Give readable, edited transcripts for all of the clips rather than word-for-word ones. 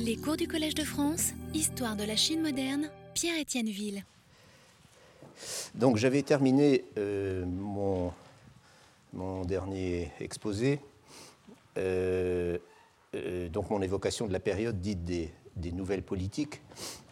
Les cours du Collège de France, Histoire de la Chine moderne, Pierre-Étienne Ville. Donc j'avais terminé mon dernier exposé, donc mon évocation de la période dite des nouvelles politiques,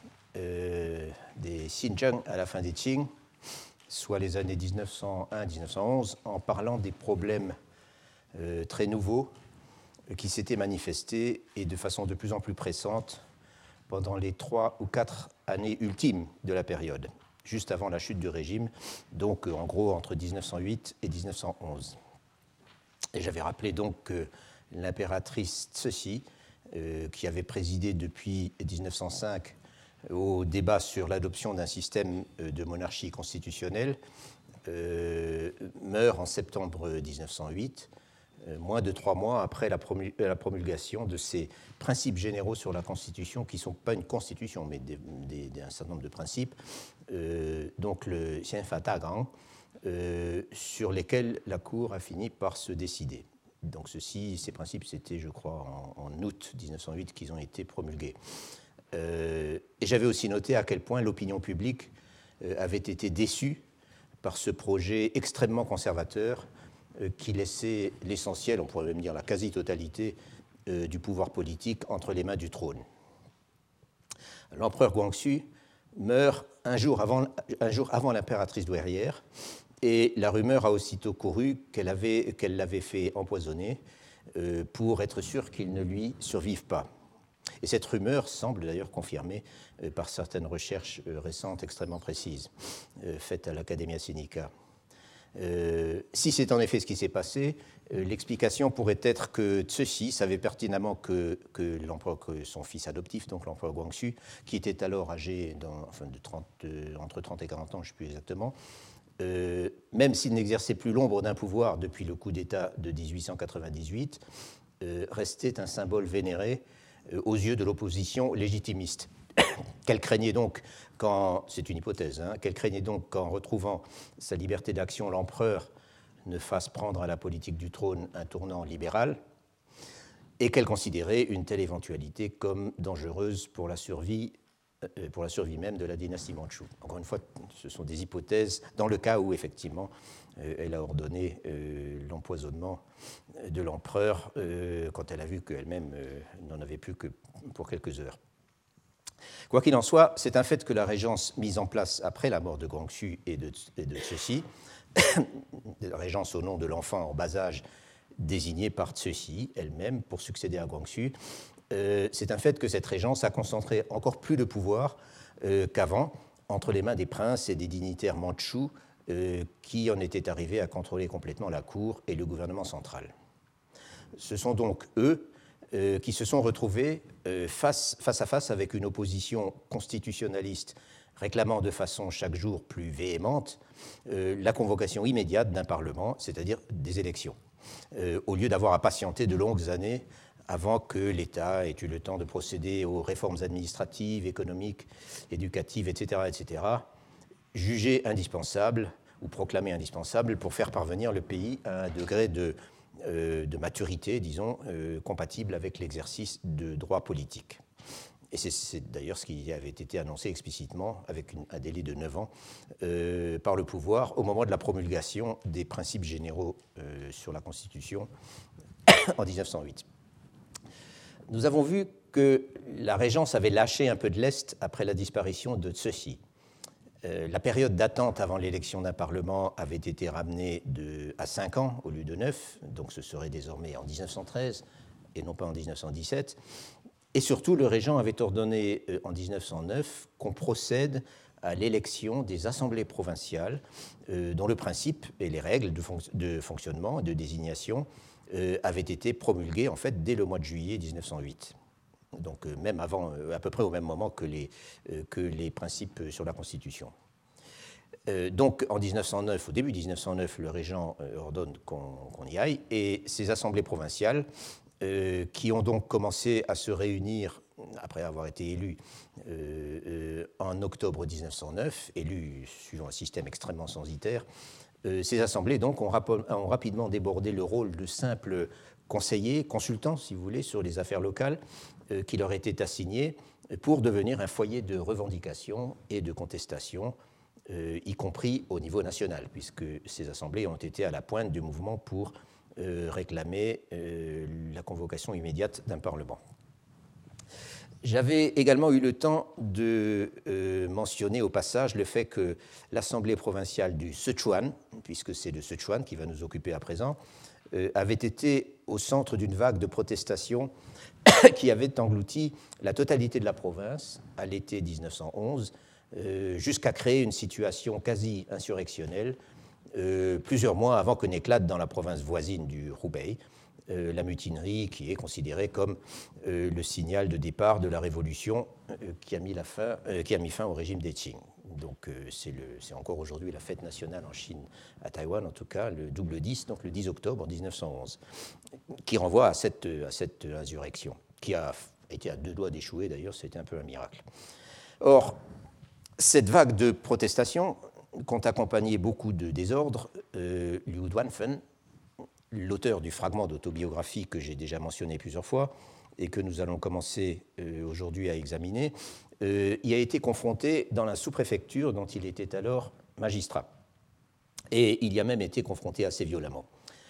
des Xinjiang à la fin des Qing, soit les années 1901-1911, en parlant des problèmes très nouveaux qui s'étaient manifestés et de façon de plus en plus pressante pendant les 3 ou 4 années ultimes de la période, juste avant la chute du régime, donc en gros entre 1908 et 1911. Et j'avais rappelé donc que l'impératrice Cixi, qui avait présidé depuis 1905 au débat sur l'adoption d'un système de monarchie constitutionnelle, meurt en septembre 1908, moins de 3 mois après la promulgation de ces principes généraux sur la Constitution, qui ne sont pas une constitution, mais un certain nombre de principes, donc le Xianfa Dagang, sur lesquels la Cour a fini par se décider. Donc ces principes, c'était, je crois, en août 1908 qu'ils ont été promulgués. Et j'avais aussi noté à quel point l'opinion publique avait été déçue par ce projet extrêmement conservateur qui laissait l'essentiel, on pourrait même dire la quasi-totalité, du pouvoir politique entre les mains du trône. L'empereur Guangxu meurt un jour avant l'impératrice douairière, et la rumeur a aussitôt couru qu'elle l'avait fait empoisonner pour être sûre qu'il ne lui survive pas. Et cette rumeur semble d'ailleurs confirmée par certaines recherches récentes extrêmement précises faites à l'Academia Sinica. Si c'est en effet ce qui s'est passé, l'explication pourrait être que Cixi savait pertinemment que son fils adoptif, donc l'empereur Guangxu, qui était alors âgé entre 30 et 40 ans, je ne sais plus exactement, même s'il n'exerçait plus l'ombre d'un pouvoir depuis le coup d'État de 1898, restait un symbole vénéré aux yeux de l'opposition légitimiste. Qu'elle craignait donc, c'est une hypothèse, qu'elle craignait donc qu'en retrouvant sa liberté d'action, l'empereur ne fasse prendre à la politique du trône un tournant libéral, et qu'elle considérait une telle éventualité comme dangereuse pour la survie même de la dynastie mandchoue. Encore une fois, ce sont des hypothèses dans le cas où, effectivement, elle a ordonné l'empoisonnement de l'empereur quand elle a vu qu'elle-même n'en avait plus que pour quelques heures. Quoi qu'il en soit, c'est un fait que la régence mise en place après la mort de Guangxu et de Cixi, la régence au nom de l'enfant en bas âge désigné par Cixi elle-même pour succéder à Guangxu, c'est un fait que cette régence a concentré encore plus de pouvoir qu'avant entre les mains des princes et des dignitaires mandchous qui en étaient arrivés à contrôler complètement la cour et le gouvernement central. Ce sont donc eux qui se sont retrouvés face à face avec une opposition constitutionnaliste réclamant de façon chaque jour plus véhémente la convocation immédiate d'un parlement, c'est-à-dire des élections, au lieu d'avoir à patienter de longues années avant que l'État ait eu le temps de procéder aux réformes administratives, économiques, éducatives, etc., jugées indispensables ou proclamées indispensables pour faire parvenir le pays à un degré de maturité, disons, compatible avec l'exercice de droits politiques. Et c'est d'ailleurs ce qui avait été annoncé explicitement, avec un délai de 9 ans, par le pouvoir au moment de la promulgation des principes généraux sur la Constitution en 1908. Nous avons vu que la régence avait lâché un peu de lest après la disparition de Cixi. La période d'attente avant l'élection d'un parlement avait été ramenée à 5 ans au lieu de 9, donc ce serait désormais en 1913 et non pas en 1917. Et surtout, le régent avait ordonné en 1909 qu'on procède à l'élection des assemblées provinciales dont le principe et les règles de fonctionnement et de désignation avaient été promulgués en fait dès le mois de juillet 1908. Donc même avant, à peu près au même moment que les principes sur la Constitution. Donc en 1909, au début 1909, le régent ordonne qu'on y aille, et ces assemblées provinciales, qui ont donc commencé à se réunir après avoir été élus en octobre 1909, élus suivant un système extrêmement censitaire, ces assemblées donc ont rapidement débordé le rôle de simple conseiller, consultant, si vous voulez, sur les affaires locales qui leur étaient assignées pour devenir un foyer de revendication et de contestation, y compris au niveau national, puisque ces assemblées ont été à la pointe du mouvement pour réclamer la convocation immédiate d'un Parlement. J'avais également eu le temps de mentionner au passage le fait que l'Assemblée provinciale du Sichuan, puisque c'est le Sichuan qui va nous occuper à présent, avait été au centre d'une vague de protestations qui avait englouti la totalité de la province à l'été 1911, jusqu'à créer une situation quasi insurrectionnelle plusieurs mois avant que n'éclate dans la province voisine du Hubei la mutinerie qui est considérée comme le signal de départ de la révolution qui a mis fin au régime des Qing. Donc c'est encore aujourd'hui la fête nationale en Chine, à Taïwan en tout cas, le double 10, donc le 10 octobre 1911, qui renvoie à cette insurrection, qui a été à deux doigts d'échouer d'ailleurs, c'était un peu un miracle. Or, cette vague de protestations qu'ont accompagné beaucoup de désordres, Liu Duanfen, l'auteur du fragment d'autobiographie que j'ai déjà mentionné plusieurs fois et que nous allons commencer aujourd'hui à examiner, y a été confronté dans la sous-préfecture dont il était alors magistrat. Et il y a même été confronté assez violemment.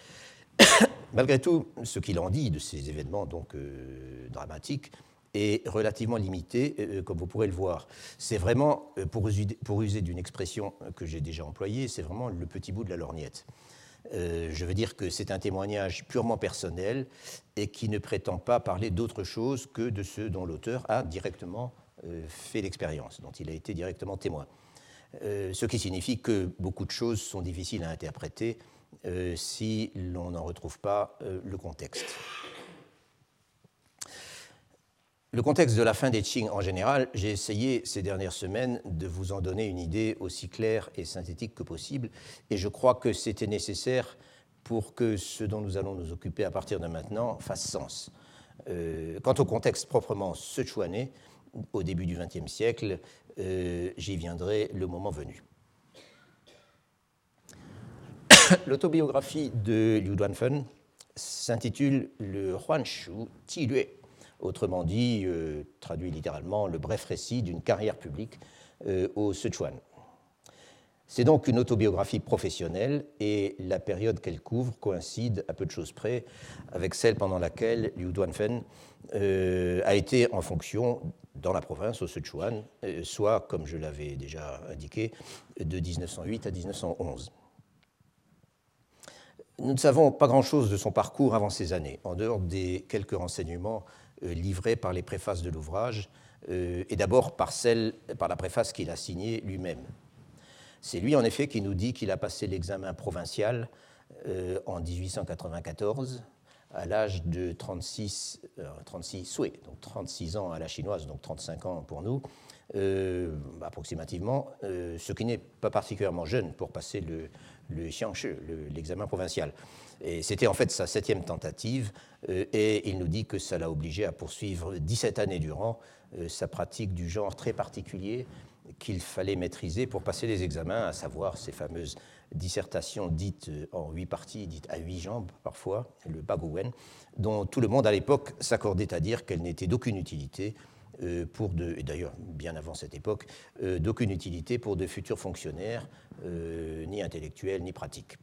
Malgré tout, ce qu'il en dit de ces événements donc, dramatiques est relativement limité, comme vous pourrez le voir. C'est vraiment, pour user d'une expression que j'ai déjà employée, c'est vraiment le petit bout de la lorgnette. Je veux dire que c'est un témoignage purement personnel et qui ne prétend pas parler d'autre chose que de ce dont l'auteur a directement fait l'expérience, dont il a été directement témoin. Ce qui signifie que beaucoup de choses sont difficiles à interpréter si l'on n'en retrouve pas le contexte. Le contexte de la fin des Qing en général, j'ai essayé ces dernières semaines de vous en donner une idée aussi claire et synthétique que possible, et je crois que c'était nécessaire pour que ce dont nous allons nous occuper à partir de maintenant fasse sens. Quant au contexte proprement sichuanais, au début du XXe siècle, j'y viendrai le moment venu. L'autobiographie de Liu Duanfen s'intitule « Le Huanshu Qilue », autrement dit, traduit littéralement, le bref récit d'une carrière publique au Sichuan. C'est donc une autobiographie professionnelle et la période qu'elle couvre coïncide à peu de choses près avec celle pendant laquelle Liu Duanfen a été en fonction dans la province, au Sichuan, soit, comme je l'avais déjà indiqué, de 1908 à 1911. Nous ne savons pas grand-chose de son parcours avant ces années, en dehors des quelques renseignements livrés par les préfaces de l'ouvrage, et d'abord par la préface qu'il a signée lui-même. C'est lui, en effet, qui nous dit qu'il a passé l'examen provincial en 1894, à l'âge de 36 donc 36 ans à la chinoise, donc 35 ans pour nous, approximativement, ce qui n'est pas particulièrement jeune pour passer le xiangshi, l'examen provincial. Et c'était en fait sa 7e tentative, et il nous dit que ça l'a obligé à poursuivre 17 années durant sa pratique du genre très particulier qu'il fallait maîtriser pour passer les examens, à savoir ces fameuses dissertations dites en 8 parties, dites à 8 jambes parfois, le baguwen, dont tout le monde à l'époque s'accordait à dire qu'elle n'était d'aucune utilité et d'ailleurs bien avant cette époque, d'aucune utilité pour de futurs fonctionnaires, ni intellectuels ni pratiques.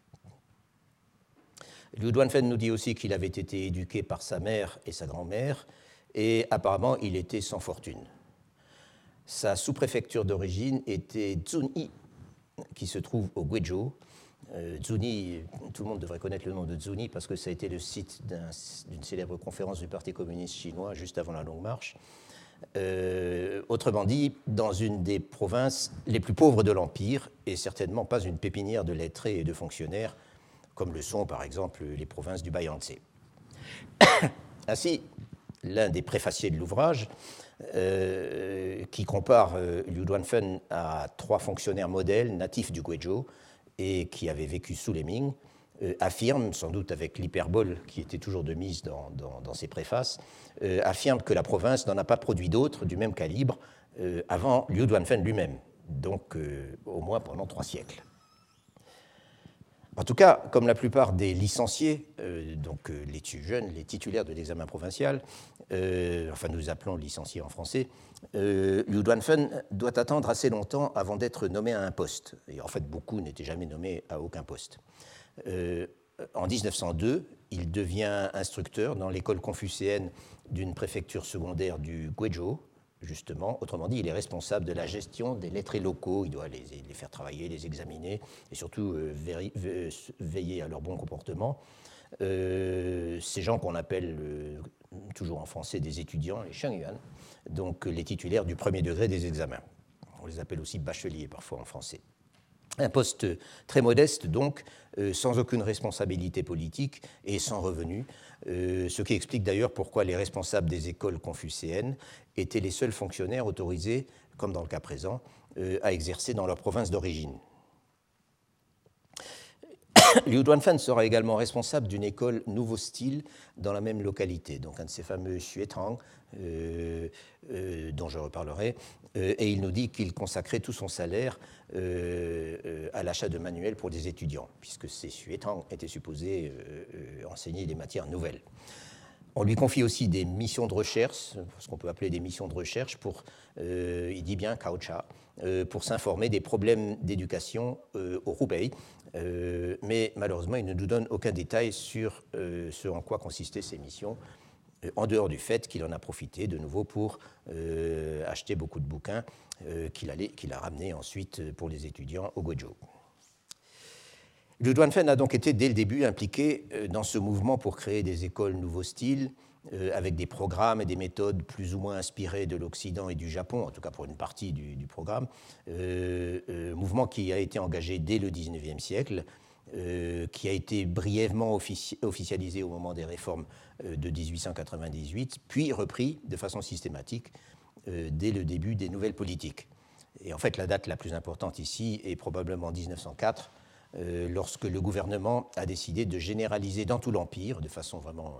Liu Duanfen nous dit aussi qu'il avait été éduqué par sa mère et sa grand-mère, et apparemment il était sans fortune. Sa sous-préfecture d'origine était Zunyi, qui se trouve au Guizhou. Zunyi, tout le monde devrait connaître le nom de Zunyi parce que ça a été le site d'une célèbre conférence du Parti communiste chinois juste avant la Longue Marche. Autrement dit, dans une des provinces les plus pauvres de l'Empire, et certainement pas une pépinière de lettrés et de fonctionnaires, comme le sont par exemple les provinces du Bayangtze. Ainsi, l'un des préfaciers de l'ouvrage, qui compare Liu Duanfen à 3 fonctionnaires modèles natifs du Guizhou et qui avaient vécu sous les Ming, affirme, sans doute avec l'hyperbole qui était toujours de mise dans ses préfaces, affirme que la province n'en a pas produit d'autres du même calibre avant Liu Duanfen lui-même, donc au moins pendant 3 siècles. En tout cas, comme la plupart des licenciés, donc les jeunes, les titulaires de l'examen provincial, enfin nous appelons licenciés en français, Liu Duanfen doit attendre assez longtemps avant d'être nommé à un poste. Et en fait, beaucoup n'étaient jamais nommés à aucun poste. En 1902, il devient instructeur dans l'école confucéenne d'une préfecture secondaire du Guizhou, justement. Autrement dit, il est responsable de la gestion des lettrés locaux. Il doit les faire travailler, les examiner et surtout veiller à leur bon comportement. Ces gens qu'on appelle toujours en français des étudiants, les Shengyuan, donc les titulaires du premier degré des examens. On les appelle aussi bacheliers parfois en français. Un poste très modeste, donc, sans aucune responsabilité politique et sans revenu, ce qui explique d'ailleurs pourquoi les responsables des écoles confucéennes étaient les seuls fonctionnaires autorisés, comme dans le cas présent, à exercer dans leur province d'origine. Liu Duanfen sera également responsable d'une école nouveau style dans la même localité, donc un de ces fameux Xuetang, dont je reparlerai, et il nous dit qu'il consacrait tout son salaire à l'achat de manuels pour des étudiants, puisque ces Xuetang étaient supposés enseigner des matières nouvelles. On lui confie aussi des missions de recherche, ce qu'on peut appeler des missions de recherche, pour, il dit bien Kaocha, pour s'informer des problèmes d'éducation au Hubei, mais malheureusement, il ne nous donne aucun détail sur ce en quoi consistaient ces missions, en dehors du fait qu'il en a profité de nouveau pour acheter beaucoup de bouquins qu'il a ramenés ensuite pour les étudiants au Guizhou. Liu Duanfen a donc été dès le début impliqué dans ce mouvement pour créer des écoles nouveau style, avec des programmes et des méthodes plus ou moins inspirées de l'Occident et du Japon, en tout cas pour une partie du programme, mouvement qui a été engagé dès le XIXe siècle, qui a été brièvement officialisé au moment des réformes de 1898, puis repris de façon systématique dès le début des nouvelles politiques. Et en fait, la date la plus importante ici est probablement 1904, lorsque le gouvernement a décidé de généraliser dans tout l'Empire, de façon vraiment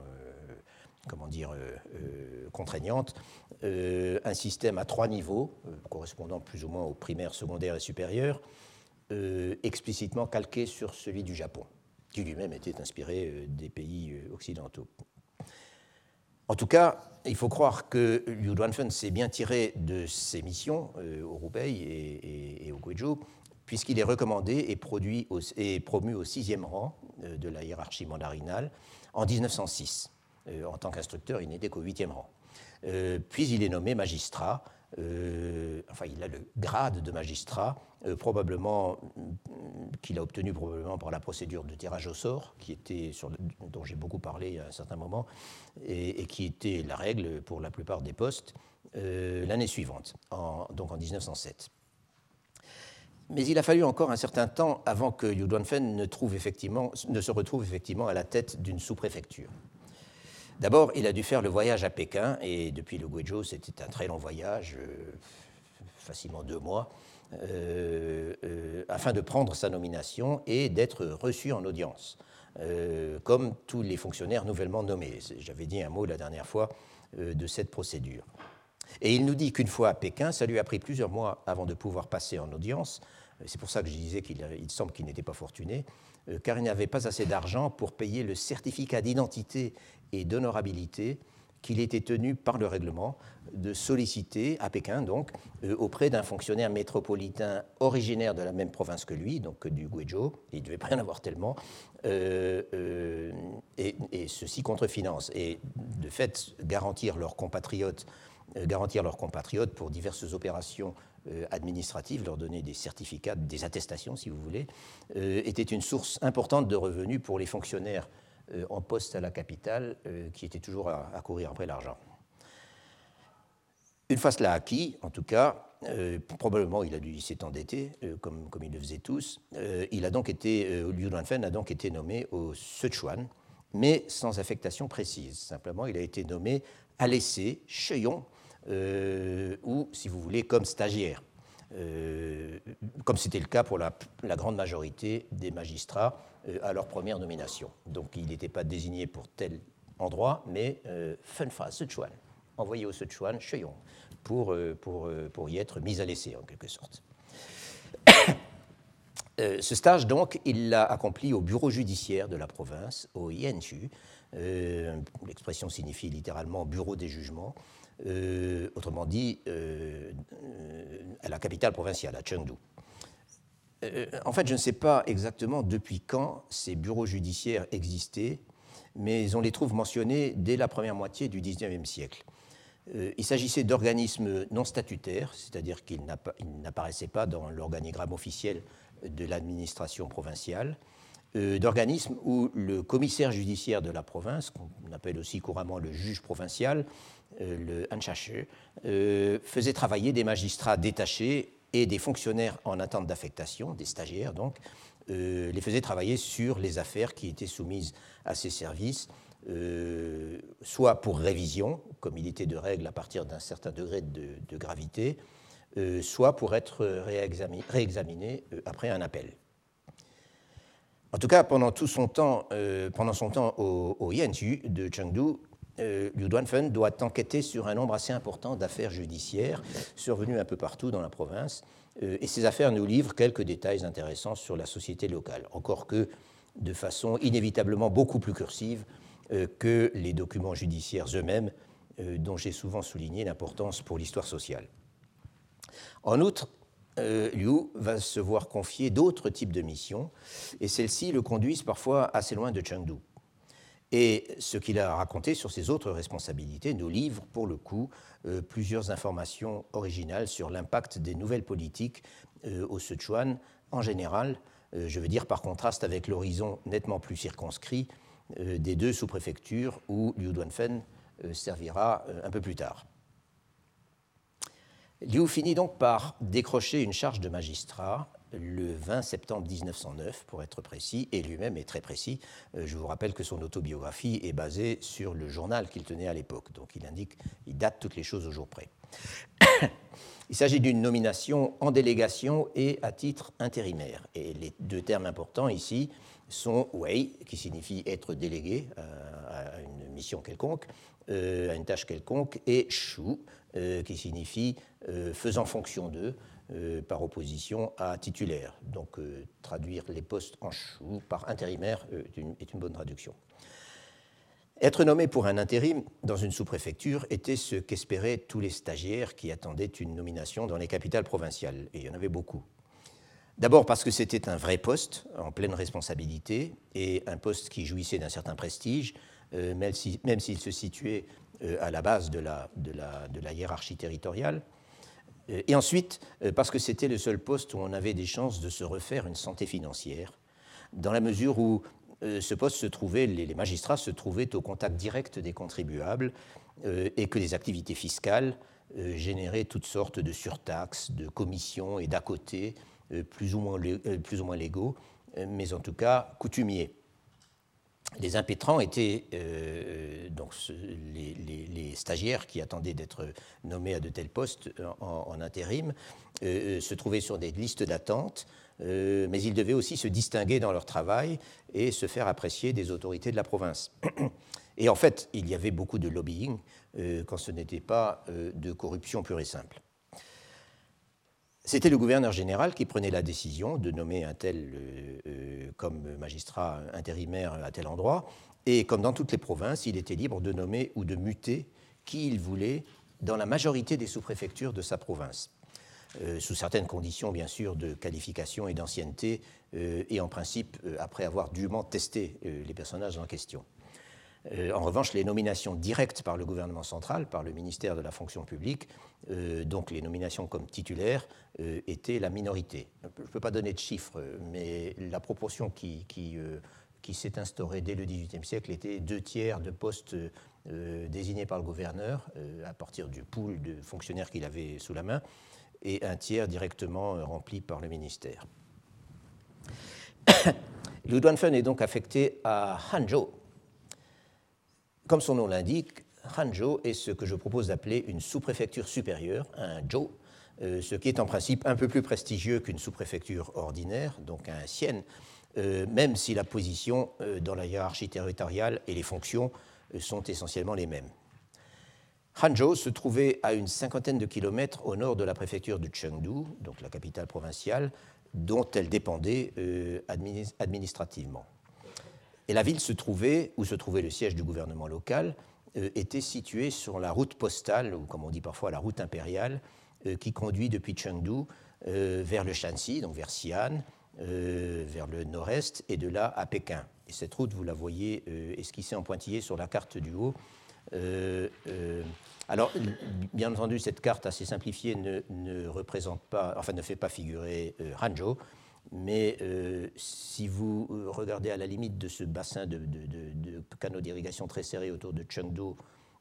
contraignante, un système à 3 niveaux, correspondant plus ou moins aux primaires, secondaires et supérieurs, explicitement calqué sur celui du Japon, qui lui-même était inspiré des pays occidentaux. En tout cas, il faut croire que Liu Duanfen s'est bien tiré de ses missions au Hubei et au Guizhou, puisqu'il est recommandé et promu au 6e rang de la hiérarchie mandarinale en 1906. En tant qu'instructeur, il n'était qu'au 8e rang. Puis il est nommé magistrat, il a le grade de magistrat, qu'il a obtenu probablement par la procédure de tirage au sort, dont j'ai beaucoup parlé à un certain moment, et qui était la règle pour la plupart des postes l'année suivante, donc en 1907. Mais il a fallu encore un certain temps avant que Liu Duanfen ne se retrouve effectivement à la tête d'une sous-préfecture. D'abord, il a dû faire le voyage à Pékin, et depuis le Guizhou, c'était un très long voyage, facilement 2 mois, afin de prendre sa nomination et d'être reçu en audience, comme tous les fonctionnaires nouvellement nommés. J'avais dit un mot la dernière fois de cette procédure. Et il nous dit qu'une fois à Pékin, ça lui a pris plusieurs mois avant de pouvoir passer en audience. C'est pour ça que je disais qu'il semble qu'il n'était pas fortuné, car il n'avait pas assez d'argent pour payer le certificat d'identité et d'honorabilité qu'il était tenu par le règlement de solliciter à Pékin, donc, auprès d'un fonctionnaire métropolitain originaire de la même province que lui, donc du Guizhou, il ne devait pas y en avoir tellement, et ceci contre finance, et de fait garantir leurs compatriotes pour diverses opérations administratives, leur donner des certificats, des attestations si vous voulez, était une source importante de revenus pour les fonctionnaires en poste à la capitale qui étaient toujours à courir après l'argent. Une fois cela acquis, en tout cas, probablement il s'est endetté, comme ils le faisaient tous, Liu Duanfen a donc été nommé au Sichuan, mais sans affectation précise. Simplement, il a été nommé à l'essai, Sheyong, ou, si vous voulez, comme stagiaire, comme c'était le cas pour la grande majorité des magistrats à leur première nomination. Donc, il n'était pas désigné pour tel endroit, mais Fenfa, Sichuan, envoyé au Sichuan, Sheyong, pour y être mis à l'essai, en quelque sorte. Ce stage, donc, il l'a accompli au bureau judiciaire de la province, au Yanchu. L'expression signifie littéralement bureau des jugements, autrement dit, à la capitale provinciale, à Chengdu. En fait, je ne sais pas exactement depuis quand ces bureaux judiciaires existaient, mais on les trouve mentionnés dès la première moitié du XIXe siècle. Il s'agissait d'organismes non statutaires, c'est-à-dire qu'ils n'apparaissaient pas dans l'organigramme officiel de l'administration provinciale, d'organismes où le commissaire judiciaire de la province, qu'on appelle aussi couramment le juge provincial, le Anshache, faisait travailler des magistrats détachés et des fonctionnaires en attente d'affectation, des stagiaires donc, les faisait travailler sur les affaires qui étaient soumises à ces services, soit pour révision, comme il était de règle à partir d'un certain degré de gravité, soit pour être réexaminé après un appel. En tout cas, pendant son temps au Yanchu de Chengdu, Liu Duanfen doit enquêter sur un nombre assez important d'affaires judiciaires survenues un peu partout dans la province, et ces affaires nous livrent quelques détails intéressants sur la société locale, encore que de façon inévitablement beaucoup plus cursive que les documents judiciaires eux-mêmes, dont j'ai souvent souligné l'importance pour l'histoire sociale. En outre, Liu va se voir confier d'autres types de missions, et celles-ci le conduisent parfois assez loin de Chengdu. Et ce qu'il a raconté sur ses autres responsabilités nous livre, pour le coup, plusieurs informations originales sur l'impact des nouvelles politiques au Sichuan en général, je veux dire par contraste avec l'horizon nettement plus circonscrit des deux sous-préfectures où Liu Duanfen servira un peu plus tard. Liu finit donc par décrocher une charge de magistrat le 20 septembre 1909, pour être précis, et lui-même est très précis. Je vous rappelle que son autobiographie est basée sur le journal qu'il tenait à l'époque, donc il date toutes les choses au jour près. Il s'agit d'une nomination en délégation et à titre intérimaire. Et les deux termes importants ici sont wei, qui signifie être délégué à une mission quelconque, à une tâche quelconque, et shu, qui signifie faisant fonction d'eux, par opposition à titulaire. Donc, traduire les postes en shu par intérimaire est une bonne traduction. Être nommé pour un intérim dans une sous-préfecture était ce qu'espéraient tous les stagiaires qui attendaient une nomination dans les capitales provinciales, et il y en avait beaucoup. D'abord parce que c'était un vrai poste, en pleine responsabilité, et un poste qui jouissait d'un certain prestige, même s'il se situait à la base de la hiérarchie territoriale. Et ensuite, parce que c'était le seul poste où on avait des chances de se refaire une santé financière, dans la mesure où ce poste se trouvait, les magistrats se trouvaient au contact direct des contribuables et que les activités fiscales généraient toutes sortes de surtaxes, de commissions et d'à-côtés, plus ou moins légaux, mais en tout cas coutumiers. Les impétrants étaient donc les stagiaires qui attendaient d'être nommés à de tels postes en intérim, se trouvaient sur des listes d'attente, mais ils devaient aussi se distinguer dans leur travail et se faire apprécier des autorités de la province. Et en fait, il y avait beaucoup de lobbying quand ce n'était pas de corruption pure et simple. C'était le gouverneur général qui prenait la décision de nommer un tel comme magistrat intérimaire à tel endroit, et comme dans toutes les provinces, il était libre de nommer ou de muter qui il voulait dans la majorité des sous-préfectures de sa province, sous certaines conditions bien sûr de qualification et d'ancienneté, et en principe après avoir dûment testé les personnages en question. En revanche, les nominations directes par le gouvernement central, par le ministère de la fonction publique, donc les nominations comme titulaires, étaient la minorité. Je ne peux pas donner de chiffres, mais la proportion qui s'est instaurée dès le XVIIIe siècle était 2/3 de postes désignés par le gouverneur, à partir du pool de fonctionnaires qu'il avait sous la main, et 1/3 directement rempli par le ministère. Liu Duanfen est donc affecté à Hanzhou. Comme son nom l'indique, Hanzhou est ce que je propose d'appeler une sous-préfecture supérieure, un zhou, ce qui est en principe un peu plus prestigieux qu'une sous-préfecture ordinaire, donc un xian, même si la position dans la hiérarchie territoriale et les fonctions sont essentiellement les mêmes. Hanzhou se trouvait à une 50aine de kilomètres au nord de la préfecture de Chengdu, donc la capitale provinciale, dont elle dépendait administrativement. Et la ville où se trouvait le siège du gouvernement local était située sur la route postale, ou comme on dit parfois la route impériale, qui conduit depuis Chengdu vers le Shanxi, donc vers Xi'an, vers le nord-est, et de là à Pékin. Et cette route, vous la voyez esquissée en pointillé sur la carte du haut. Alors, bien entendu, cette carte assez simplifiée ne représente pas, enfin ne fait pas figurer Hangzhou, mais si vous regardez à la limite de ce bassin de canaux d'irrigation très serrés autour de Chengdu,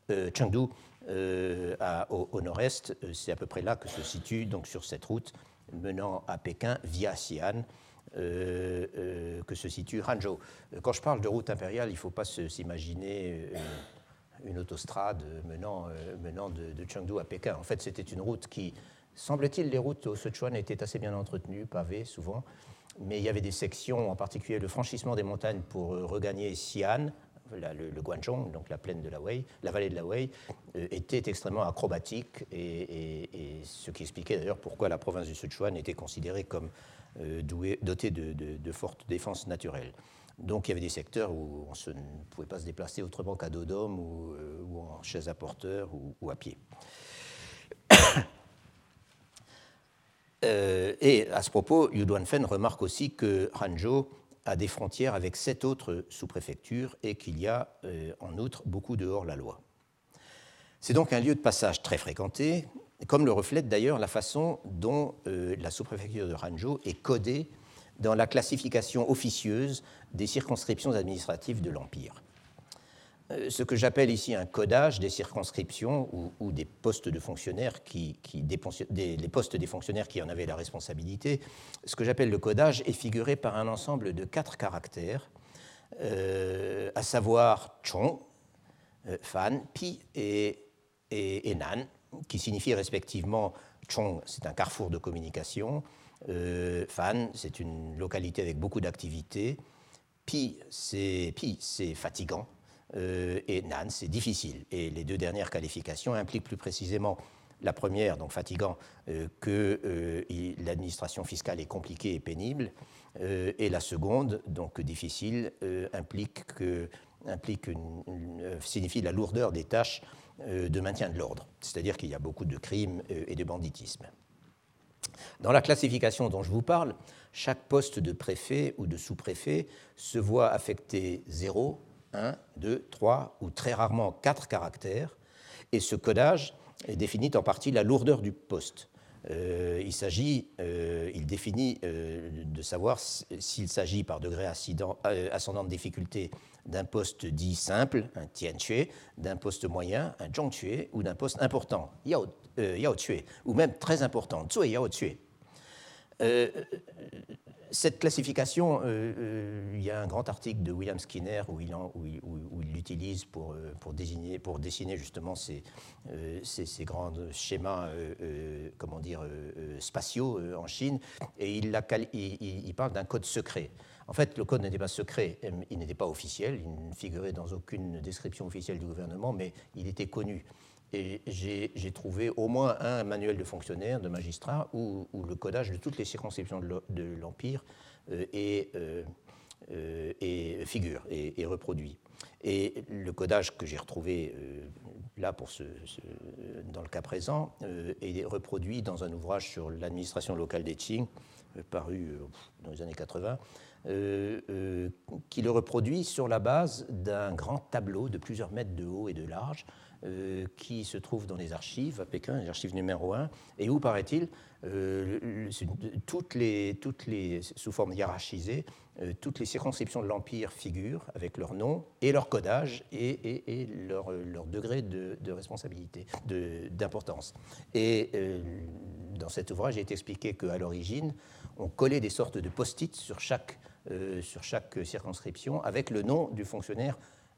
au nord-est, c'est à peu près là que se situe, donc sur cette route menant à Pékin via Xi'an, que se situe Hangzhou. Quand je parle de route impériale, il ne faut pas s'imaginer une autostrade menant de Chengdu à Pékin. En fait, c'était une route qui, semble-t-il, les routes au Sichuan étaient assez bien entretenues, pavées souvent, mais il y avait des sections, en particulier le franchissement des montagnes pour regagner Xi'an, le Guangzhou, donc la plaine de la Wei, la vallée de la Wei, était extrêmement acrobatique, et ce qui expliquait d'ailleurs pourquoi la province du Sichuan était considérée comme dotée de fortes défenses naturelles. Donc il y avait des secteurs où on ne pouvait pas se déplacer autrement qu'à dos d'homme ou en chaise à porteur ou à pied. Et à ce propos, Yu Duanfen remarque aussi que Hangzhou a des frontières avec 7 autres sous-préfectures et qu'il y a en outre beaucoup de hors-la-loi. C'est donc un lieu de passage très fréquenté, comme le reflète d'ailleurs la façon dont la sous-préfecture de Hangzhou est codée dans la classification officieuse des circonscriptions administratives de l'Empire. Ce que j'appelle ici un codage des circonscriptions ou des postes de fonctionnaires les postes des fonctionnaires qui en avaient la responsabilité, ce que j'appelle le codage est figuré par un ensemble de 4 caractères, à savoir Chong, Fan, Pi et Nan, qui signifient respectivement Chong, c'est un carrefour de communication, Fan, c'est une localité avec beaucoup d'activités, Pi, c'est fatigant, et Nan, c'est difficile. Et les 2 dernières qualifications impliquent plus précisément la première, donc fatigant, que l'administration fiscale est compliquée et pénible, et la seconde, donc difficile, signifie la lourdeur des tâches de maintien de l'ordre, c'est-à-dire qu'il y a beaucoup de crimes et de banditisme. Dans la classification dont je vous parle, chaque poste de préfet ou de sous-préfet se voit affecter 0, 1, 2, 3 ou très rarement 4 caractères, et ce codage définit en partie la lourdeur du poste. Il définit de savoir s'il s'agit par degré ascendant de difficulté d'un poste dit simple, un tianque, d'un poste moyen, un zhongque, ou d'un poste important, yaoque, ou même très important, zui yaoque. Cette classification, il y a un grand article de William Skinner où il l'utilise pour dessiner justement ces grands schémas spatiaux en Chine, et il parle d'un code secret. En fait, le code n'était pas secret, il n'était pas officiel, il ne figurait dans aucune description officielle du gouvernement, mais il était connu. Et j'ai trouvé au moins un manuel de fonctionnaire, de magistrat, où le codage de toutes les circonscriptions de l'Empire figure et reproduit. Et le codage que j'ai retrouvé là dans le cas présent est reproduit dans un ouvrage sur l'administration locale des Qing, paru dans les années 80, qui le reproduit sur la base d'un grand tableau de plusieurs mètres de haut et de large, qui se trouve dans les archives à Pékin, les archives numéro 1, et où, paraît-il, sous forme hiérarchisée, toutes les circonscriptions de l'Empire figurent avec leur nom et leur codage et leur degré de responsabilité, d'importance. Et dans cet ouvrage, il est expliqué qu'à l'origine, on collait des sortes de post-it sur chaque circonscription avec le nom du fonctionnaire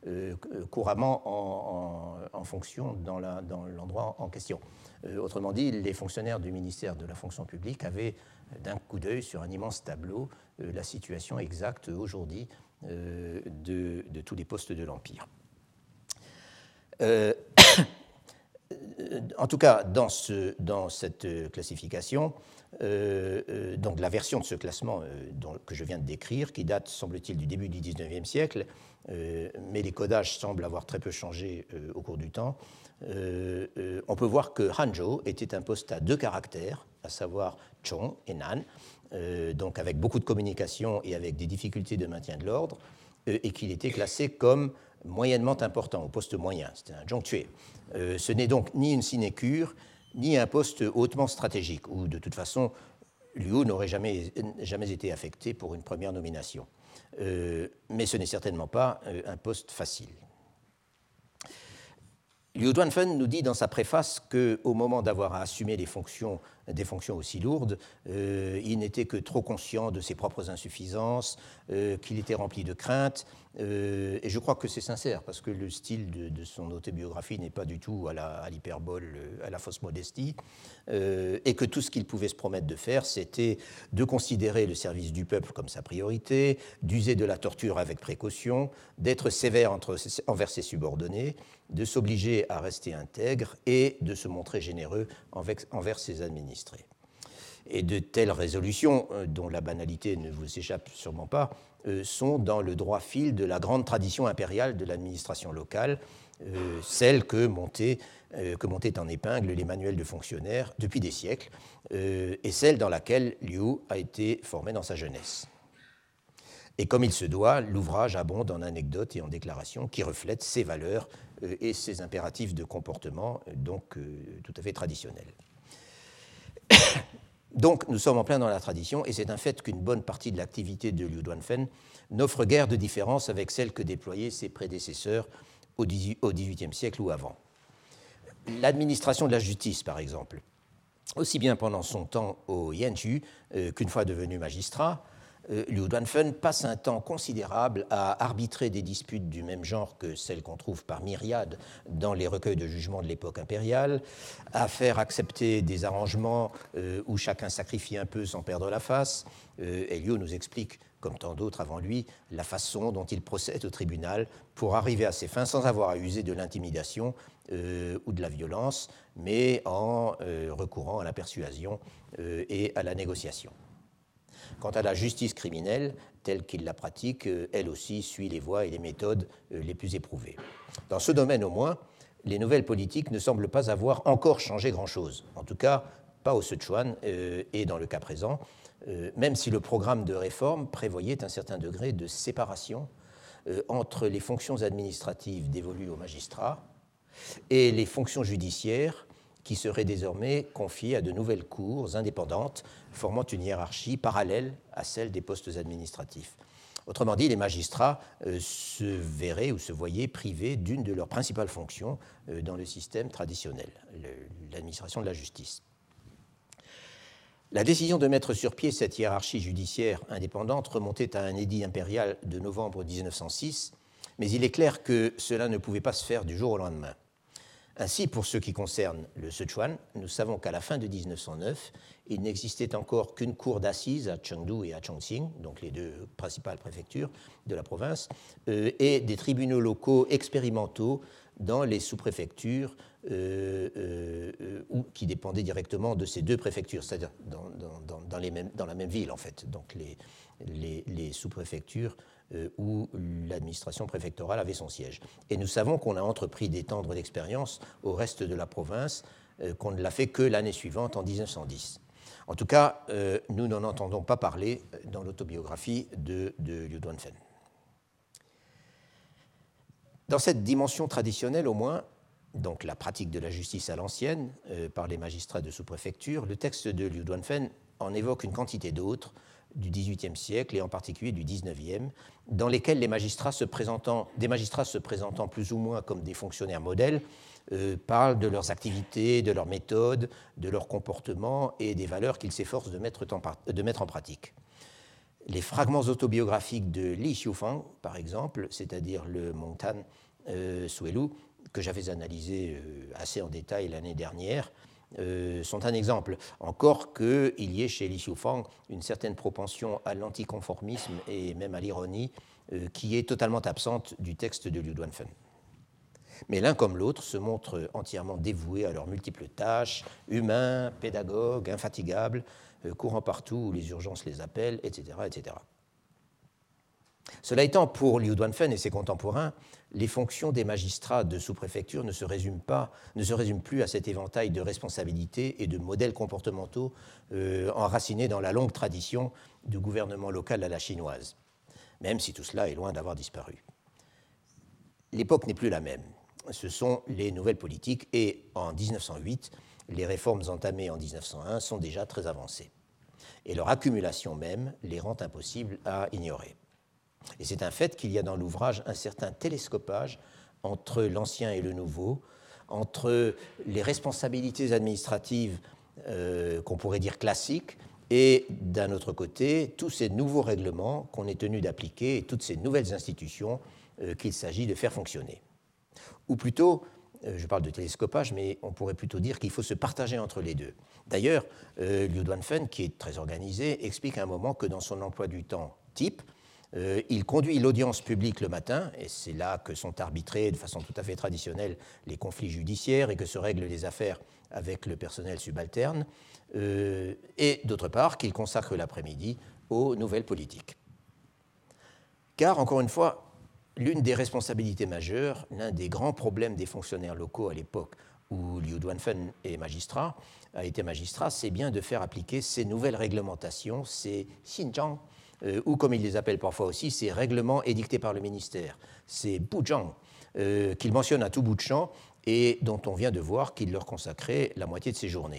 couramment en fonction dans l'endroit en question. Autrement dit, les fonctionnaires du ministère de la fonction publique avaient d'un coup d'œil sur un immense tableau la situation exacte aujourd'hui de tous les postes de l'Empire. En tout cas, dans cette classification, donc la version de ce classement que je viens de décrire, qui date, semble-t-il, du début du XIXe siècle, mais les codages semblent avoir très peu changé au cours du temps, on peut voir que Hanzhou était un poste à 2 caractères, à savoir Chong et Nan, donc avec beaucoup de communication et avec des difficultés de maintien de l'ordre, et qu'il était classé comme moyennement important, au poste moyen. C'était un zhongtue. Ce n'est donc ni une sinécure, ni un poste hautement stratégique, où de toute façon, Liu n'aurait jamais été affecté pour une première nomination. Mais ce n'est certainement pas un poste facile. Liu Duanfen nous dit dans sa préface qu'au moment d'avoir à assumer des fonctions aussi lourdes, il n'était que trop conscient de ses propres insuffisances, qu'il était rempli de craintes, et je crois que c'est sincère, parce que le style de son autobiographie n'est pas du tout à l'hyperbole, à la fausse modestie, et que tout ce qu'il pouvait se promettre de faire, c'était de considérer le service du peuple comme sa priorité, d'user de la torture avec précaution, d'être sévère envers ses subordonnés, de s'obliger à rester intègre et de se montrer généreux envers ses administrés. Et de telles résolutions, dont la banalité ne vous échappe sûrement pas, sont dans le droit fil de la grande tradition impériale de l'administration locale, celle que montaient en épingle les manuels de fonctionnaires depuis des siècles, et celle dans laquelle Liu a été formé dans sa jeunesse. Et comme il se doit, l'ouvrage abonde en anecdotes et en déclarations qui reflètent ses valeurs et ses impératifs de comportement, donc tout à fait traditionnels. Donc nous sommes en plein dans la tradition, et c'est un fait qu'une bonne partie de l'activité de Liu Duanfen n'offre guère de différence avec celle que déployaient ses prédécesseurs au XVIIIe siècle ou avant. L'administration de la justice, par exemple, aussi bien pendant son temps au Yanju qu'une fois devenu magistrat, Liu Duanfen passe un temps considérable à arbitrer des disputes du même genre que celles qu'on trouve par myriades dans les recueils de jugement de l'époque impériale, à faire accepter des arrangements où chacun sacrifie un peu sans perdre la face. Et Liu nous explique, comme tant d'autres avant lui, la façon dont il procède au tribunal pour arriver à ses fins sans avoir à user de l'intimidation ou de la violence, mais en recourant à la persuasion et à la négociation. Quant à la justice criminelle, telle qu'il la pratique, elle aussi suit les voies et les méthodes les plus éprouvées. Dans ce domaine au moins, les nouvelles politiques ne semblent pas avoir encore changé grand-chose, en tout cas pas au Sichuan et dans le cas présent, même si le programme de réforme prévoyait un certain degré de séparation entre les fonctions administratives dévolues aux magistrats et les fonctions judiciaires qui seraient désormais confiées à de nouvelles cours indépendantes, formant une hiérarchie parallèle à celle des postes administratifs. Autrement dit, les magistrats se verraient ou se voyaient privés d'une de leurs principales fonctions dans le système traditionnel, l'administration de la justice. La décision de mettre sur pied cette hiérarchie judiciaire indépendante remontait à un édit impérial de novembre 1906, mais il est clair que cela ne pouvait pas se faire du jour au lendemain. Ainsi, pour ce qui concerne le Sichuan, nous savons qu'à la fin de 1909, il n'existait encore qu'une cour d'assises à Chengdu et à Chongqing, donc les deux principales préfectures de la province, et des tribunaux locaux expérimentaux dans les sous-préfectures qui dépendaient directement de ces deux préfectures, c'est-à-dire dans la même ville, en fait, donc les sous-préfectures où l'administration préfectorale avait son siège. Et nous savons qu'on a entrepris d'étendre l'expérience au reste de la province, qu'on ne l'a fait que l'année suivante, en 1910. En tout cas, nous n'en entendons pas parler dans l'autobiographie de Liu Duanfen. Dans cette dimension traditionnelle, au moins, donc la pratique de la justice à l'ancienne par les magistrats de sous-préfecture, le texte de Liu Duanfen en évoque une quantité d'autres du XVIIIe siècle et en particulier du XIXe, dans lesquels des magistrats se présentant plus ou moins comme des fonctionnaires modèles parlent de leurs activités, de leurs méthodes, de leurs comportements et des valeurs qu'ils s'efforcent de mettre en pratique. Les fragments autobiographiques de Li Xiufang, par exemple, c'est-à-dire le Mongtan Suelu, que j'avais analysé assez en détail l'année dernière, sont un exemple, encore qu'il y ait chez Li Xiufang une certaine propension à l'anticonformisme et même à l'ironie qui est totalement absente du texte de Liu Duanfen. Mais l'un comme l'autre se montrent entièrement dévoués à leurs multiples tâches, humains, pédagogues, infatigables, courant partout où les urgences les appellent, etc., etc. Cela étant, pour Liu Duanfen et ses contemporains, les fonctions des magistrats de sous-préfecture ne se résument plus à cet éventail de responsabilités et de modèles comportementaux enracinés dans la longue tradition du gouvernement local à la chinoise, même si tout cela est loin d'avoir disparu. L'époque n'est plus la même. Ce sont les nouvelles politiques et, en 1908, les réformes entamées en 1901 sont déjà très avancées. Et leur accumulation même les rend impossibles à ignorer. Et c'est un fait qu'il y a dans l'ouvrage un certain télescopage entre l'ancien et le nouveau, entre les responsabilités administratives qu'on pourrait dire classiques, et d'un autre côté, tous ces nouveaux règlements qu'on est tenu d'appliquer et toutes ces nouvelles institutions qu'il s'agit de faire fonctionner. Ou plutôt, je parle de télescopage, mais on pourrait plutôt dire qu'il faut se partager entre les deux. D'ailleurs, Liu Duanfen, qui est très organisé, explique à un moment que dans son emploi du temps type, il conduit l'audience publique le matin, et c'est là que sont arbitrés de façon tout à fait traditionnelle les conflits judiciaires et que se règlent les affaires avec le personnel subalterne, et d'autre part qu'il consacre l'après-midi aux nouvelles politiques. Car, encore une fois, l'une des responsabilités majeures, l'un des grands problèmes des fonctionnaires locaux à l'époque où Liu Duanfen a été magistrat, c'est bien de faire appliquer ces nouvelles réglementations, ces xinjiang, ou comme ils les appellent parfois aussi, ces règlements édictés par le ministère, ces buzhang, qu'il mentionne à tout bout de champ et dont on vient de voir qu'il leur consacrait la moitié de ses journées.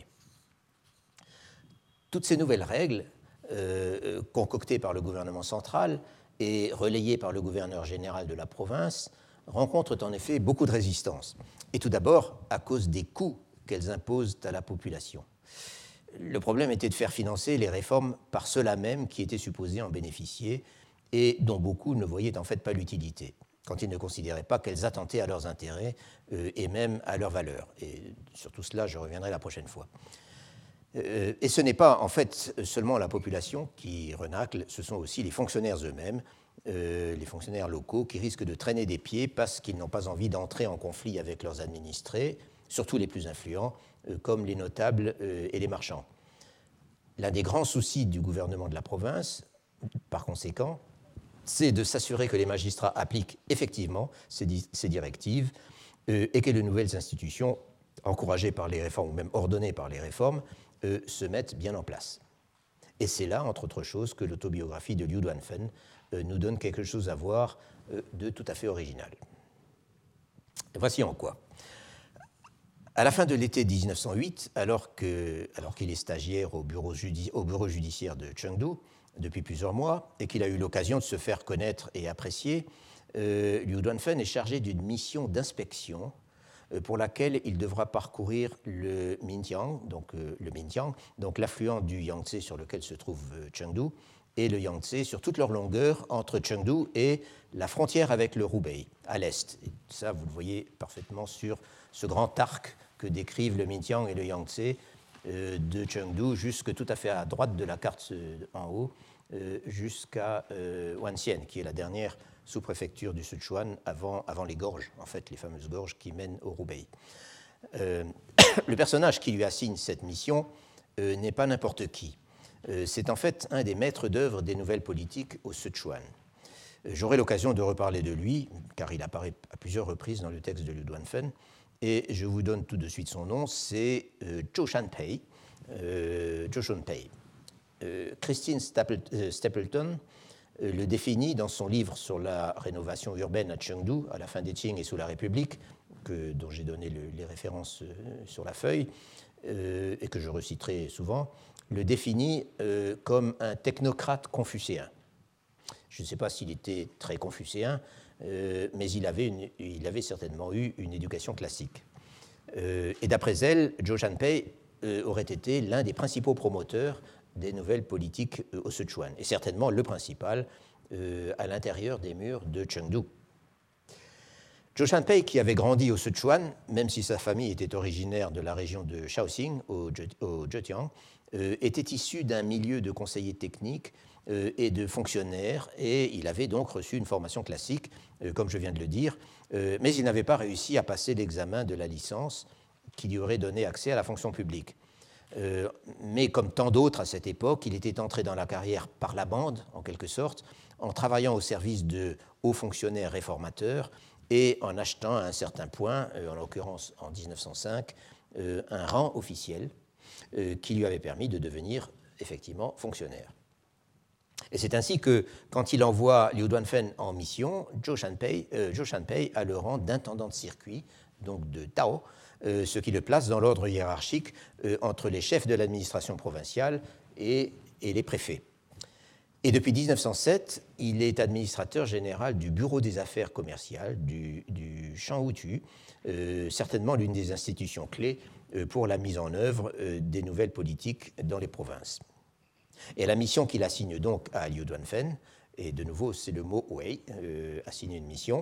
Toutes ces nouvelles règles, concoctées par le gouvernement central et relayées par le gouverneur général de la province, rencontrent en effet beaucoup de résistance. Et tout d'abord à cause des coûts qu'elles imposent à la population. Le problème était de faire financer les réformes par ceux-là même qui étaient supposés en bénéficier et dont beaucoup ne voyaient en fait pas l'utilité, quand ils ne considéraient pas qu'elles attentaient à leurs intérêts et même à leurs valeurs. Et sur tout cela, je reviendrai la prochaine fois. Et ce n'est pas en fait seulement la population qui renacle, ce sont aussi les fonctionnaires eux-mêmes, les fonctionnaires locaux qui risquent de traîner des pieds parce qu'ils n'ont pas envie d'entrer en conflit avec leurs administrés, surtout les plus influents, comme les notables et les marchands. L'un des grands soucis du gouvernement de la province, par conséquent, c'est de s'assurer que les magistrats appliquent effectivement ces directives et que les nouvelles institutions, encouragées par les réformes ou même ordonnées par les réformes, se mettent bien en place. Et c'est là, entre autres choses, que l'autobiographie de Liu Duanfen nous donne quelque chose à voir de tout à fait original. Voici en quoi. À la fin de l'été 1908, alors qu'il est stagiaire au bureau judiciaire de Chengdu depuis plusieurs mois et qu'il a eu l'occasion de se faire connaître et apprécier, Liu Duanfen est chargé d'une mission d'inspection pour laquelle il devra parcourir le Minjiang, donc l'affluent du Yangtze sur lequel se trouve Chengdu, et le Yangtze sur toute leur longueur entre Chengdu et la frontière avec le Hubei, à l'est. Et ça, vous le voyez parfaitement sur ce grand arc que décrivent le Minjiang et le Yangtze de Chengdu jusque tout à fait à droite de la carte en haut, jusqu'à Wanxian, qui est la dernière sous-préfecture du Sichuan avant les gorges, en fait, les fameuses gorges qui mènent au Hubei. Le personnage qui lui assigne cette mission n'est pas n'importe qui. C'est en fait un des maîtres d'œuvre des nouvelles politiques au Sichuan. J'aurai l'occasion de reparler de lui, car il apparaît à plusieurs reprises dans le texte de Liu Duanfen, et je vous donne tout de suite son nom, c'est Zhou Shanpei. Christine Stapleton le définit dans son livre sur la rénovation urbaine à Chengdu, à la fin des Qing et sous la République, dont j'ai donné les références sur la feuille, et que je reciterai souvent, le définit comme un technocrate confucéen. Je ne sais pas s'il était très confucéen, mais il avait certainement eu une éducation classique. Et d'après elle, Zhou Shanpei aurait été l'un des principaux promoteurs des nouvelles politiques au Sichuan, et certainement le principal à l'intérieur des murs de Chengdu. Zhou Shanpei, qui avait grandi au Sichuan, même si sa famille était originaire de la région de Shaoxing, au Zhejiang, était issu d'un milieu de conseillers techniques et de fonctionnaires, et il avait donc reçu une formation classique, comme je viens de le dire, mais il n'avait pas réussi à passer l'examen de la licence qui lui aurait donné accès à la fonction publique. Mais comme tant d'autres à cette époque, il était entré dans la carrière par la bande, en quelque sorte, en travaillant au service de hauts fonctionnaires réformateurs et en achetant à un certain point, en l'occurrence en 1905, un rang officiel qui lui avait permis de devenir effectivement fonctionnaire. Et c'est ainsi que, quand il envoie Liu Duanfen en mission, Zhou Shanpei a le rang d'intendant de circuit, donc de Tao, ce qui le place dans l'ordre hiérarchique entre les chefs de l'administration provinciale et les préfets. Et depuis 1907, il est administrateur général du Bureau des affaires commerciales du Shanhutu, certainement l'une des institutions clés pour la mise en œuvre des nouvelles politiques dans les provinces. Et la mission qu'il assigne donc à Liu Duanfen, et de nouveau c'est le mot wei, assigner une mission,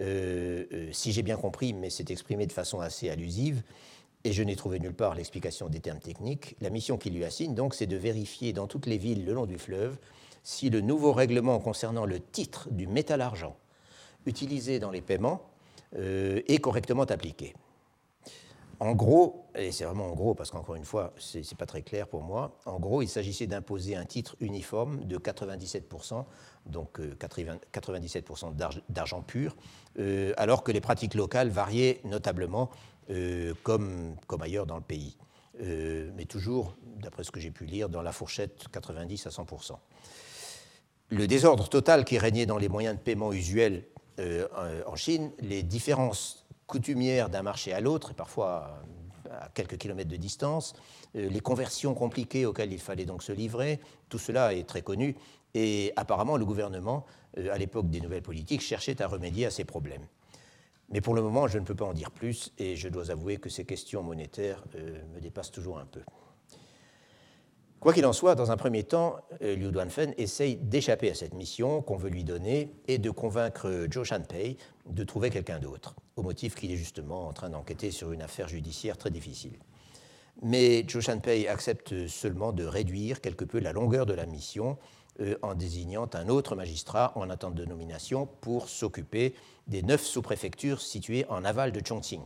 si j'ai bien compris, mais c'est exprimé de façon assez allusive, et je n'ai trouvé nulle part l'explication des termes techniques, la mission qu'il lui assigne donc c'est de vérifier dans toutes les villes le long du fleuve si le nouveau règlement concernant le titre du métal-argent utilisé dans les paiements est correctement appliqué. En gros, et c'est vraiment en gros parce qu'encore une fois, ce n'est pas très clair pour moi, en gros, il s'agissait d'imposer un titre uniforme de 97%, donc 97% d'argent pur, alors que les pratiques locales variaient notablement, comme ailleurs dans le pays, mais toujours, d'après ce que j'ai pu lire, dans la fourchette 90 à 100%. Le désordre total qui régnait dans les moyens de paiement usuels en Chine, les différences coutumières d'un marché à l'autre, et parfois à quelques kilomètres de distance, les conversions compliquées auxquelles il fallait donc se livrer, tout cela est très connu, et apparemment le gouvernement, à l'époque des nouvelles politiques, cherchait à remédier à ces problèmes. Mais pour le moment, je ne peux pas en dire plus, et je dois avouer que ces questions monétaires me dépassent toujours un peu. Quoi qu'il en soit, dans un premier temps, Liu Duanfen essaye d'échapper à cette mission qu'on veut lui donner et de convaincre Zhou Shanpei de trouver quelqu'un d'autre, au motif qu'il est justement en train d'enquêter sur une affaire judiciaire très difficile. Mais Zhou Shanpei accepte seulement de réduire quelque peu la longueur de la mission en désignant un autre magistrat en attente de nomination pour s'occuper des 9 sous-préfectures situées en aval de Chongqing.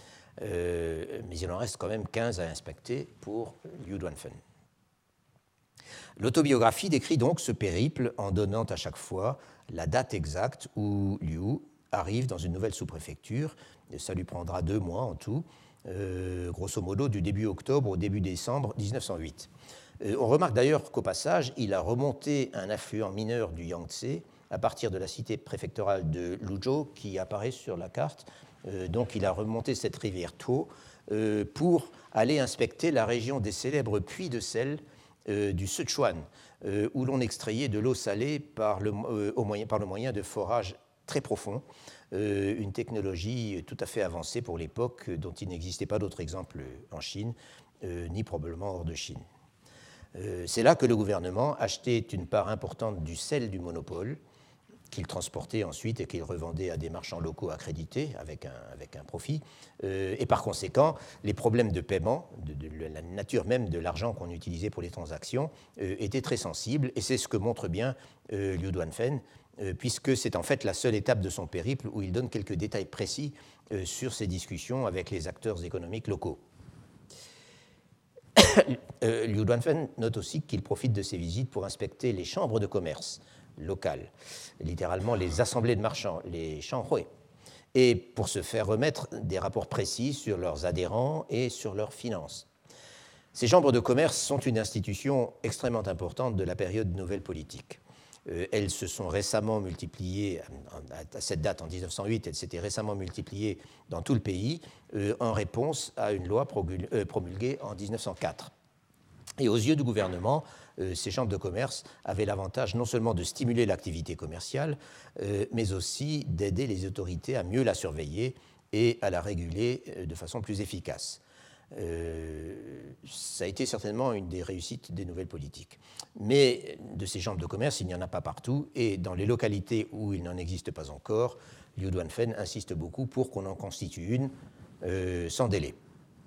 Mais il en reste quand même 15 à inspecter pour Liu Duanfen. L'autobiographie décrit donc ce périple en donnant à chaque fois la date exacte où Liu arrive dans une nouvelle sous-préfecture. Ça lui prendra 2 mois en tout, grosso modo du début octobre au début décembre 1908. On remarque d'ailleurs qu'au passage, il a remonté un affluent mineur du Yangtze à partir de la cité préfectorale de Luzhou qui apparaît sur la carte. Donc il a remonté cette rivière Tuo pour aller inspecter la région des célèbres puits de sel du Sichuan, où l'on extrayait de l'eau salée par le moyen de forages très profonds, une technologie tout à fait avancée pour l'époque, dont il n'existait pas d'autre exemple en Chine, ni probablement hors de Chine. C'est là que le gouvernement achetait une part importante du sel du monopole, qu'il transportait ensuite et qu'il revendait à des marchands locaux accrédités avec un profit. Et par conséquent, les problèmes de paiement, de la nature même de l'argent qu'on utilisait pour les transactions, étaient très sensibles. Et c'est ce que montre bien Liu Duanfen, puisque c'est en fait la seule étape de son périple où il donne quelques détails précis sur ses discussions avec les acteurs économiques locaux. Liu Duanfen note aussi qu'il profite de ses visites pour inspecter les chambres de commerce locales, littéralement les assemblées de marchands, les shanhui, et pour se faire remettre des rapports précis sur leurs adhérents et sur leurs finances. Ces chambres de commerce sont une institution extrêmement importante de la période nouvelle politique. Elles se sont récemment multipliées, à cette date en 1908, elles s'étaient récemment multipliées dans tout le pays en réponse à une loi promulguée en 1904. Et aux yeux du gouvernement, ces chambres de commerce avaient l'avantage non seulement de stimuler l'activité commerciale, mais aussi d'aider les autorités à mieux la surveiller et à la réguler de façon plus efficace. Ça a été certainement une des réussites des nouvelles politiques. Mais de ces chambres de commerce, il n'y en a pas partout, et dans les localités où il n'en existe pas encore, Liu Duanfen insiste beaucoup pour qu'on en constitue une sans délai.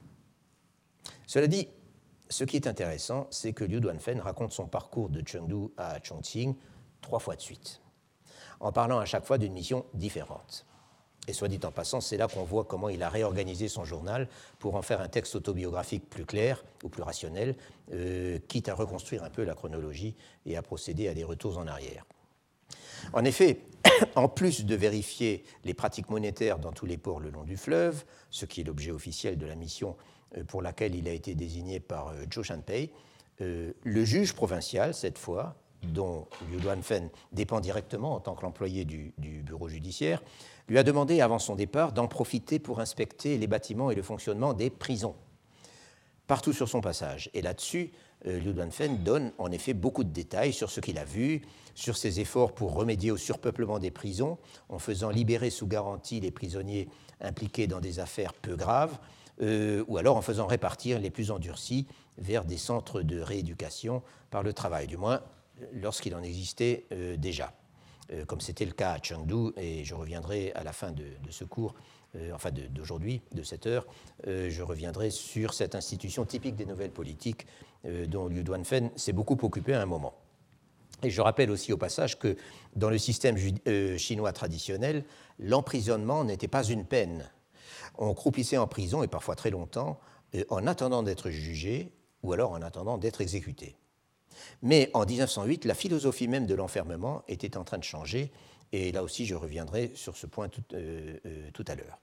Cela dit, ce qui est intéressant, c'est que Liu Duanfen raconte son parcours de Chengdu à Chongqing 3 fois de suite, en parlant à chaque fois d'une mission différente. Et soit dit en passant, c'est là qu'on voit comment il a réorganisé son journal pour en faire un texte autobiographique plus clair ou plus rationnel, quitte à reconstruire un peu la chronologie et à procéder à des retours en arrière. En effet, en plus de vérifier les pratiques monétaires dans tous les ports le long du fleuve, ce qui est l'objet officiel de la mission pour laquelle il a été désigné par Zhou Shanpei, le juge provincial, cette fois, dont Liu Duanfen dépend directement en tant qu'employé du bureau judiciaire, lui a demandé avant son départ d'en profiter pour inspecter les bâtiments et le fonctionnement des prisons, partout sur son passage. Et là-dessus, Liu Duanfen donne en effet beaucoup de détails sur ce qu'il a vu, sur ses efforts pour remédier au surpeuplement des prisons, en faisant libérer sous garantie les prisonniers impliqués dans des affaires peu graves, ou alors en faisant répartir les plus endurcis vers des centres de rééducation par le travail, du moins lorsqu'il en existait déjà, comme c'était le cas à Chengdu, et je reviendrai à la fin de ce cours, enfin d'aujourd'hui, de cette heure, je reviendrai sur cette institution typique des nouvelles politiques dont Liu Duanfen s'est beaucoup occupé à un moment. Et je rappelle aussi au passage que dans le système chinois traditionnel, l'emprisonnement n'était pas une peine. On croupissait en prison, et parfois très longtemps, en attendant d'être jugé ou alors en attendant d'être exécuté. Mais en 1908, la philosophie même de l'enfermement était en train de changer, et là aussi je reviendrai sur ce point tout à l'heure.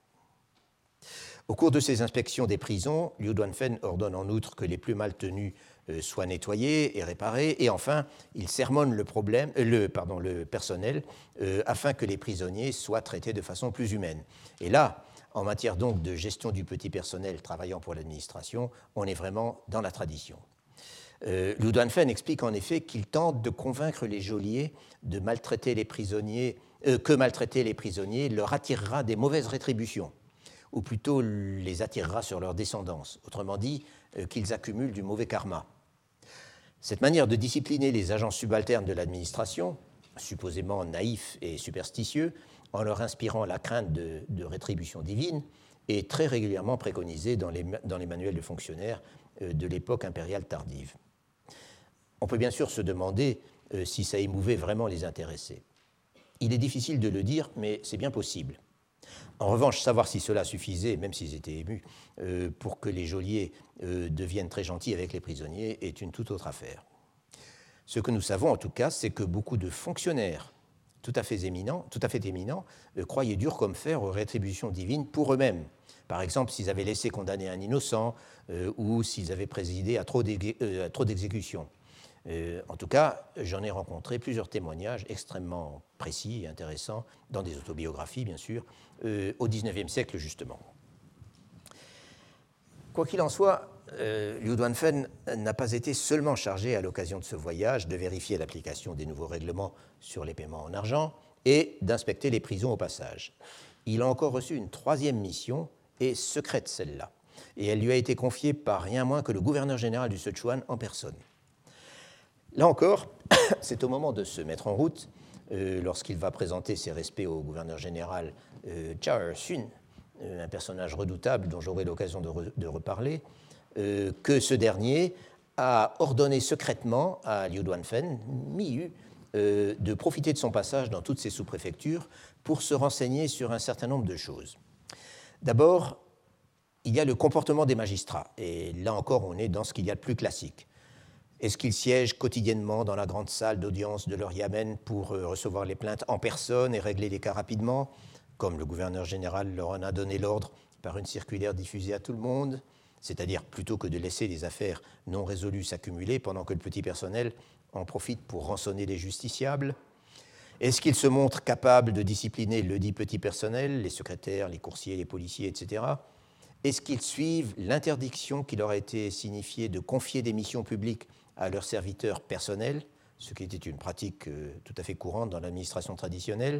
Au cours de ses inspections des prisons, Liu Duanfen ordonne en outre que les plus mal tenus soient nettoyés et réparés, et enfin, il sermonne le personnel afin que les prisonniers soient traités de façon plus humaine. Et là, en matière donc de gestion du petit personnel travaillant pour l'administration, on est vraiment dans la tradition. Liu Duanfen explique en effet qu'il tente de convaincre les geôliers de maltraiter les prisonniers, que maltraiter les prisonniers leur attirera des mauvaises rétributions, ou plutôt les attirera sur leur descendance, autrement dit, qu'ils accumulent du mauvais karma. Cette manière de discipliner les agents subalternes de l'administration, supposément naïfs et superstitieux, en leur inspirant la crainte de rétribution divine, est très régulièrement préconisée dans les manuels de fonctionnaires de l'époque impériale tardive. On peut bien sûr se demander si ça émouvait vraiment les intéressés. Il est difficile de le dire, mais c'est bien possible. En revanche, savoir si cela suffisait, même s'ils étaient émus, pour que les geôliers deviennent très gentils avec les prisonniers est une toute autre affaire. Ce que nous savons en tout cas, c'est que beaucoup de fonctionnaires tout à fait éminents croyaient dur comme fer aux rétributions divines pour eux-mêmes. Par exemple, s'ils avaient laissé condamner un innocent ou s'ils avaient présidé à trop d'exécutions. En tout cas, j'en ai rencontré plusieurs témoignages extrêmement précis et intéressants, dans des autobiographies, bien sûr, au XIXe siècle, justement. Quoi qu'il en soit, Liu Duanfen n'a pas été seulement chargé, à l'occasion de ce voyage, de vérifier l'application des nouveaux règlements sur les paiements en argent et d'inspecter les prisons au passage. Il a encore reçu une troisième mission, et secrète celle-là, et elle lui a été confiée par rien moins que le gouverneur général du Sichuan en personne. Là encore, c'est au moment de se mettre en route, lorsqu'il va présenter ses respects au gouverneur général Zhao Xun, un personnage redoutable dont j'aurai l'occasion de reparler, que ce dernier a ordonné secrètement à Liu Duanfen, Miyu, de profiter de son passage dans toutes ses sous-préfectures pour se renseigner sur un certain nombre de choses. D'abord, il y a le comportement des magistrats, et là encore on est dans ce qu'il y a de plus classique. Est-ce qu'ils siègent quotidiennement dans la grande salle d'audience de leur yamen pour recevoir les plaintes en personne et régler les cas rapidement, comme le gouverneur général leur en a donné l'ordre par une circulaire diffusée à tout le monde, c'est-à-dire plutôt que de laisser les affaires non résolues s'accumuler pendant que le petit personnel en profite pour rançonner les justiciables? Est-ce qu'ils se montrent capables de discipliner le dit petit personnel, les secrétaires, les coursiers, les policiers, etc. Est-ce qu'ils suivent l'interdiction qui leur a été signifiée de confier des missions publiques à leurs serviteurs personnels, ce qui était une pratique tout à fait courante dans l'administration traditionnelle?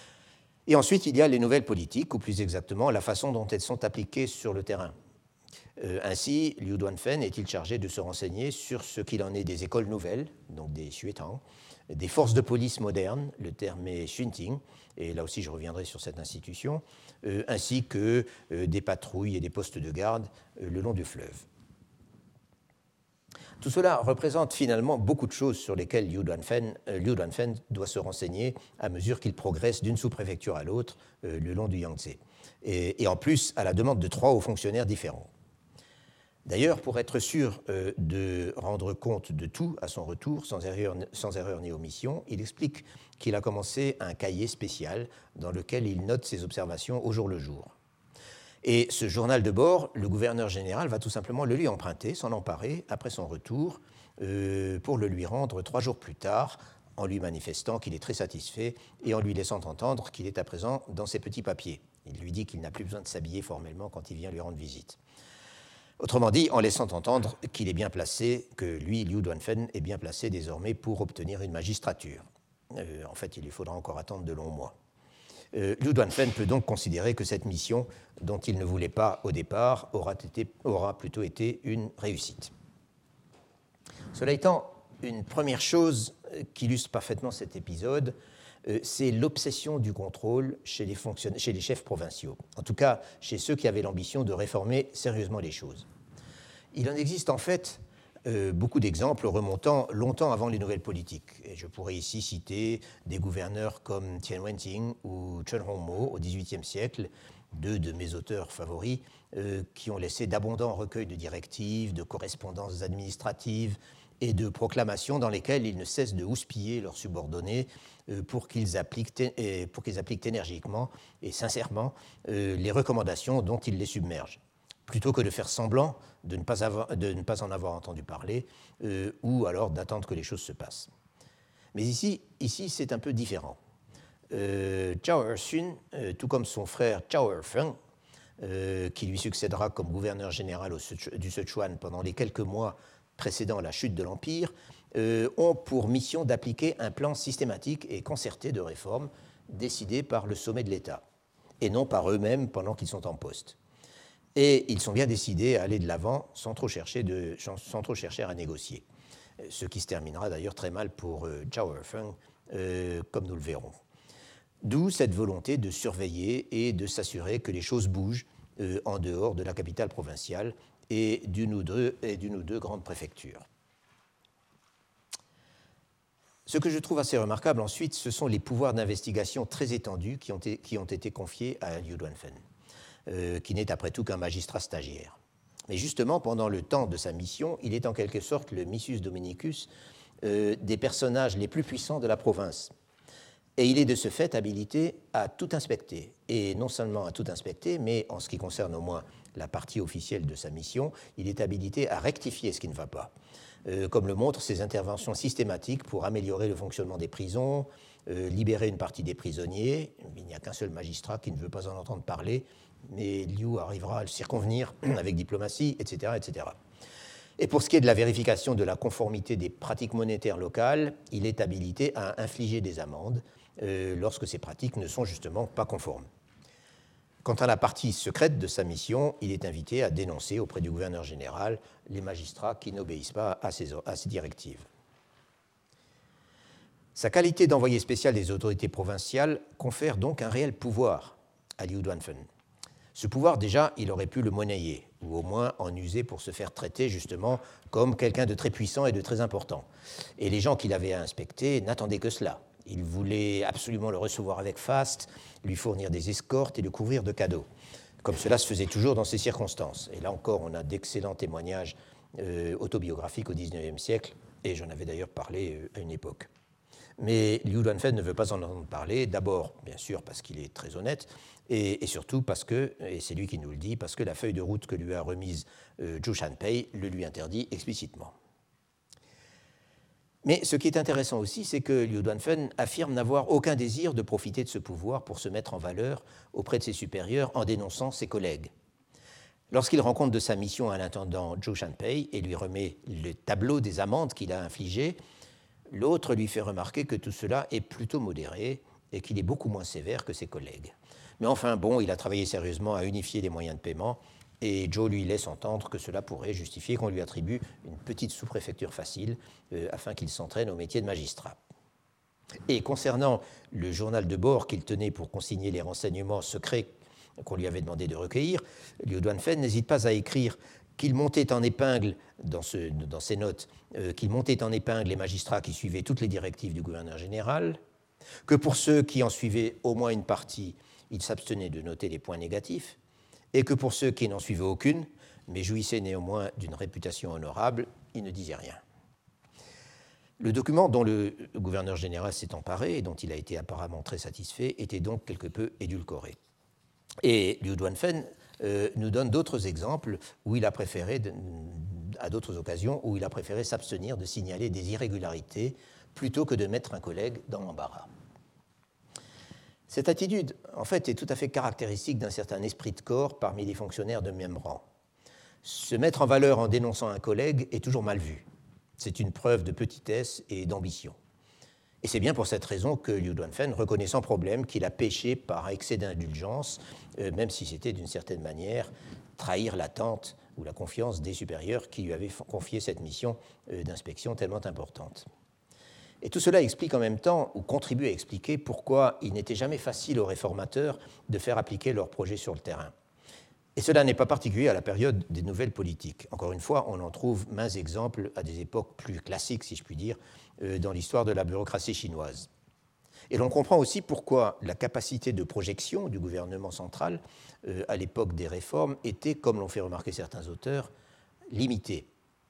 Et ensuite, il y a les nouvelles politiques, ou plus exactement la façon dont elles sont appliquées sur le terrain. Ainsi, Liu Duanfen est-il chargé de se renseigner sur ce qu'il en est des écoles nouvelles, donc des Xuetang, des forces de police modernes, le terme est Xunting, et là aussi je reviendrai sur cette institution, ainsi que des patrouilles et des postes de garde le long du fleuve. Tout cela représente finalement beaucoup de choses sur lesquelles Liu Duanfen doit se renseigner à mesure qu'il progresse d'une sous-préfecture à l'autre le long du Yangtze, et en plus à la demande de 3 hauts fonctionnaires différents. D'ailleurs, pour être sûr de rendre compte de tout à son retour, sans erreur ni omission, il explique qu'il a commencé un cahier spécial dans lequel il note ses observations au jour le jour. Et ce journal de bord, le gouverneur général va tout simplement le lui emprunter, s'en emparer après son retour, pour le lui rendre 3 jours plus tard, en lui manifestant qu'il est très satisfait et en lui laissant entendre qu'il est à présent dans ses petits papiers. Il lui dit qu'il n'a plus besoin de s'habiller formellement quand il vient lui rendre visite. Autrement dit, en laissant entendre qu'il est bien placé, que lui, Liu Duanfen, est bien placé désormais pour obtenir une magistrature. En fait, il lui faudra encore attendre de longs mois. Liu Duanfen peut donc considérer que cette mission, dont il ne voulait pas au départ, aura plutôt été une réussite. Cela étant, une première chose qui illustre parfaitement cet épisode, c'est l'obsession du contrôle chez les chefs provinciaux, en tout cas chez ceux qui avaient l'ambition de réformer sérieusement les choses. Il en existe en fait beaucoup d'exemples remontant longtemps avant les nouvelles politiques. Et je pourrais ici citer des gouverneurs comme Tian Wenting ou Chen Hongmo au XVIIIe siècle, 2 de mes auteurs favoris, qui ont laissé d'abondants recueils de directives, de correspondances administratives et de proclamations dans lesquelles ils ne cessent de houspiller leurs subordonnés pour qu'ils appliquent énergiquement et sincèrement les recommandations dont ils les submergent, plutôt que de faire semblant de ne pas en avoir entendu parler ou alors d'attendre que les choses se passent. Mais ici c'est un peu différent. Zhao Erxun, tout comme son frère Zhao Erfeng, qui lui succédera comme gouverneur général du Sichuan pendant les quelques mois précédant la chute de l'Empire, ont pour mission d'appliquer un plan systématique et concerté de réforme décidé par le sommet de l'État, et non par eux-mêmes pendant qu'ils sont en poste. Et ils sont bien décidés à aller de l'avant sans trop chercher à négocier, ce qui se terminera d'ailleurs très mal pour Zhao Erfeng, comme nous le verrons. D'où cette volonté de surveiller et de s'assurer que les choses bougent en dehors de la capitale provinciale et d'une ou deux grandes préfectures. Ce que je trouve assez remarquable ensuite, ce sont les pouvoirs d'investigation très étendus qui ont été confiés à Liu Duanfen, qui n'est après tout qu'un magistrat stagiaire. Mais justement, pendant le temps de sa mission, il est en quelque sorte le missus dominicus des personnages les plus puissants de la province. Et il est de ce fait habilité à tout inspecter. Et non seulement à tout inspecter, mais en ce qui concerne au moins la partie officielle de sa mission, il est habilité à rectifier ce qui ne va pas, comme le montrent ses interventions systématiques pour améliorer le fonctionnement des prisons, libérer une partie des prisonniers. Il n'y a qu'un seul magistrat qui ne veut pas en entendre parler, mais Liu arrivera à le circonvenir avec diplomatie, etc., etc. Et pour ce qui est de la vérification de la conformité des pratiques monétaires locales, il est habilité à infliger des amendes lorsque ces pratiques ne sont justement pas conformes. Quant à la partie secrète de sa mission, il est invité à dénoncer auprès du gouverneur général les magistrats qui n'obéissent pas à ses directives. Sa qualité d'envoyé spécial des autorités provinciales confère donc un réel pouvoir à Liu Duanfen. Ce pouvoir, déjà, il aurait pu le monnayer, ou au moins en user pour se faire traiter justement comme quelqu'un de très puissant et de très important. Et les gens qu'il avait à inspecter n'attendaient que cela. Ils voulaient absolument le recevoir avec faste, lui fournir des escortes et le couvrir de cadeaux, comme cela se faisait toujours dans ces circonstances. Et là encore, on a d'excellents témoignages autobiographiques au XIXe siècle, et j'en avais d'ailleurs parlé à une époque. Mais Liu Duanfen ne veut pas en entendre parler, d'abord, bien sûr, parce qu'il est très honnête, et surtout parce que, et c'est lui qui nous le dit, parce que la feuille de route que lui a remise Zhou Shanpei le lui interdit explicitement. Mais ce qui est intéressant aussi, c'est que Liu Duanfen affirme n'avoir aucun désir de profiter de ce pouvoir pour se mettre en valeur auprès de ses supérieurs en dénonçant ses collègues. Lorsqu'il rend compte de sa mission à l'intendant Zhou Shanpei et lui remet le tableau des amendes qu'il a infligées, l'autre lui fait remarquer que tout cela est plutôt modéré et qu'il est beaucoup moins sévère que ses collègues. Mais enfin, bon, il a travaillé sérieusement à unifier les moyens de paiement Et Zhou lui laisse entendre que cela pourrait justifier qu'on lui attribue une petite sous-préfecture facile afin qu'il s'entraîne au métier de magistrat. Et concernant le journal de bord qu'il tenait pour consigner les renseignements secrets qu'on lui avait demandé de recueillir, Liu Duanfen n'hésite pas à écrire qu'il montait en épingle, dans ses notes, qu'il montait en épingle les magistrats qui suivaient toutes les directives du gouverneur général, que pour ceux qui en suivaient au moins une partie, il s'abstenait de noter les points négatifs, et que pour ceux qui n'en suivaient aucune, mais jouissaient néanmoins d'une réputation honorable, il ne disait rien. Le document dont le gouverneur général s'est emparé et dont il a été apparemment très satisfait était donc quelque peu édulcoré. Et Liu Duanfen nous donne d'autres exemples où il a préféré, à d'autres occasions, où il a préféré s'abstenir de signaler des irrégularités plutôt que de mettre un collègue dans l'embarras. Cette attitude, en fait, est tout à fait caractéristique d'un certain esprit de corps parmi les fonctionnaires de même rang. Se mettre en valeur en dénonçant un collègue est toujours mal vu. C'est une preuve de petitesse et d'ambition. Et c'est bien pour cette raison que Liu Duanfen reconnaît sans problème qu'il a péché par excès d'indulgence, même si c'était d'une certaine manière trahir l'attente ou la confiance des supérieurs qui lui avaient confié cette mission d'inspection tellement importante. Et tout cela explique en même temps, ou contribue à expliquer, pourquoi il n'était jamais facile aux réformateurs de faire appliquer leurs projets sur le terrain. Et cela n'est pas particulier à la période des nouvelles politiques. Encore une fois, on en trouve maints exemples à des époques plus classiques, si je puis dire, dans l'histoire de la bureaucratie chinoise. Et l'on comprend aussi pourquoi la capacité de projection du gouvernement central à l'époque des réformes était, comme l'ont fait remarquer certains auteurs, limitée.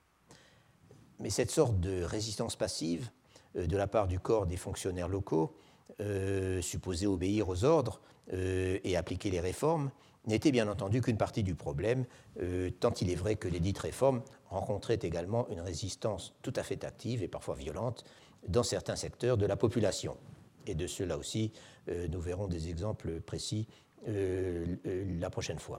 Mais cette sorte de résistance passive de la part du corps des fonctionnaires locaux, supposés obéir aux ordres et appliquer les réformes, n'était bien entendu qu'une partie du problème, tant il est vrai que les dites réformes rencontraient également une résistance tout à fait active et parfois violente dans certains secteurs de la population. Et de cela aussi, nous verrons des exemples précis la prochaine fois.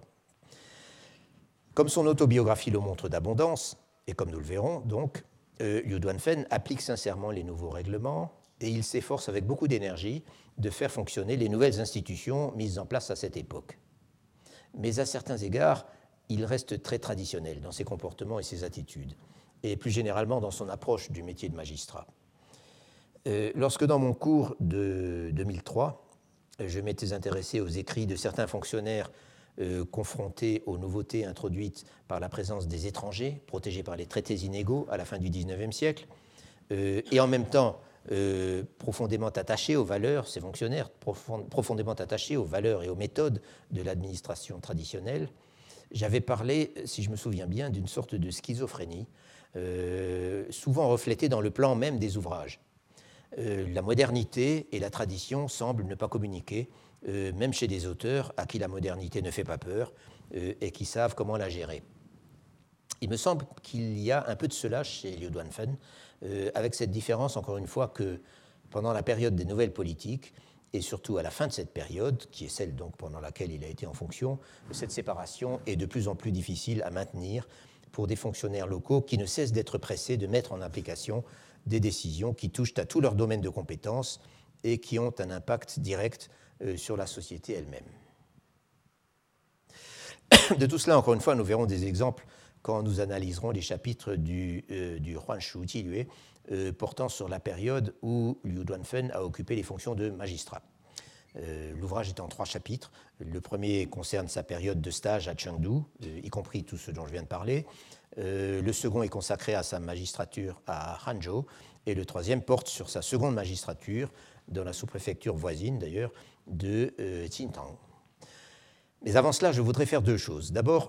Comme son autobiographie le montre d'abondance, et comme nous le verrons donc, Liu Duanfen applique sincèrement les nouveaux règlements et il s'efforce avec beaucoup d'énergie de faire fonctionner les nouvelles institutions mises en place à cette époque. Mais à certains égards, il reste très traditionnel dans ses comportements et ses attitudes, et plus généralement dans son approche du métier de magistrat. Lorsque dans mon cours de 2003, je m'étais intéressé aux écrits de certains fonctionnaires confrontés aux nouveautés introduites par la présence des étrangers, protégés par les traités inégaux à la fin du XIXe siècle, et en même temps profondément attachés aux valeurs, ces fonctionnaires profondément attachés aux valeurs et aux méthodes de l'administration traditionnelle, j'avais parlé, si je me souviens bien, d'une sorte de schizophrénie, souvent reflétée dans le plan même des ouvrages. La modernité et la tradition semblent ne pas communiquer, même chez des auteurs à qui la modernité ne fait pas peur et qui savent comment la gérer. Il me semble qu'il y a un peu de cela chez Liu Duanfen, avec cette différence, encore une fois, que pendant la période des nouvelles politiques, et surtout à la fin de cette période, qui est celle donc pendant laquelle il a été en fonction, cette séparation est de plus en plus difficile à maintenir pour des fonctionnaires locaux qui ne cessent d'être pressés de mettre en application des décisions qui touchent à tout leur domaine de compétences et qui ont un impact direct sur la société elle-même. De tout cela, encore une fois, nous verrons des exemples quand nous analyserons les chapitres du Huanshu Jilue portant sur la période où Liu Duanfen a occupé les fonctions de magistrat. L'ouvrage est en 3 chapitres. Le premier concerne sa période de stage à Chengdu, y compris tout ce dont je viens de parler. Le second est consacré à sa magistrature à Hangzhou. Et le troisième porte sur sa seconde magistrature, dans la sous-préfecture voisine d'ailleurs, de Qintang. Mais avant cela, je voudrais faire 2 choses. D'abord,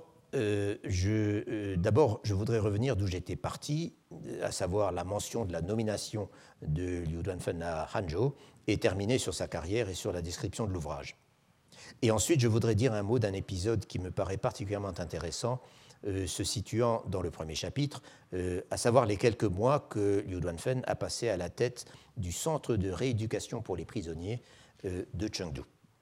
je voudrais revenir d'où j'étais parti, à savoir la mention de la nomination de Liu Duanfen à Hangzhou, et terminer sur sa carrière et sur la description de l'ouvrage. Et ensuite, je voudrais dire un mot d'un épisode qui me paraît particulièrement intéressant, se situant dans le premier chapitre, à savoir les quelques mois que Liu Duanfen a passé à la tête du centre de rééducation pour les prisonniers de Chengdu.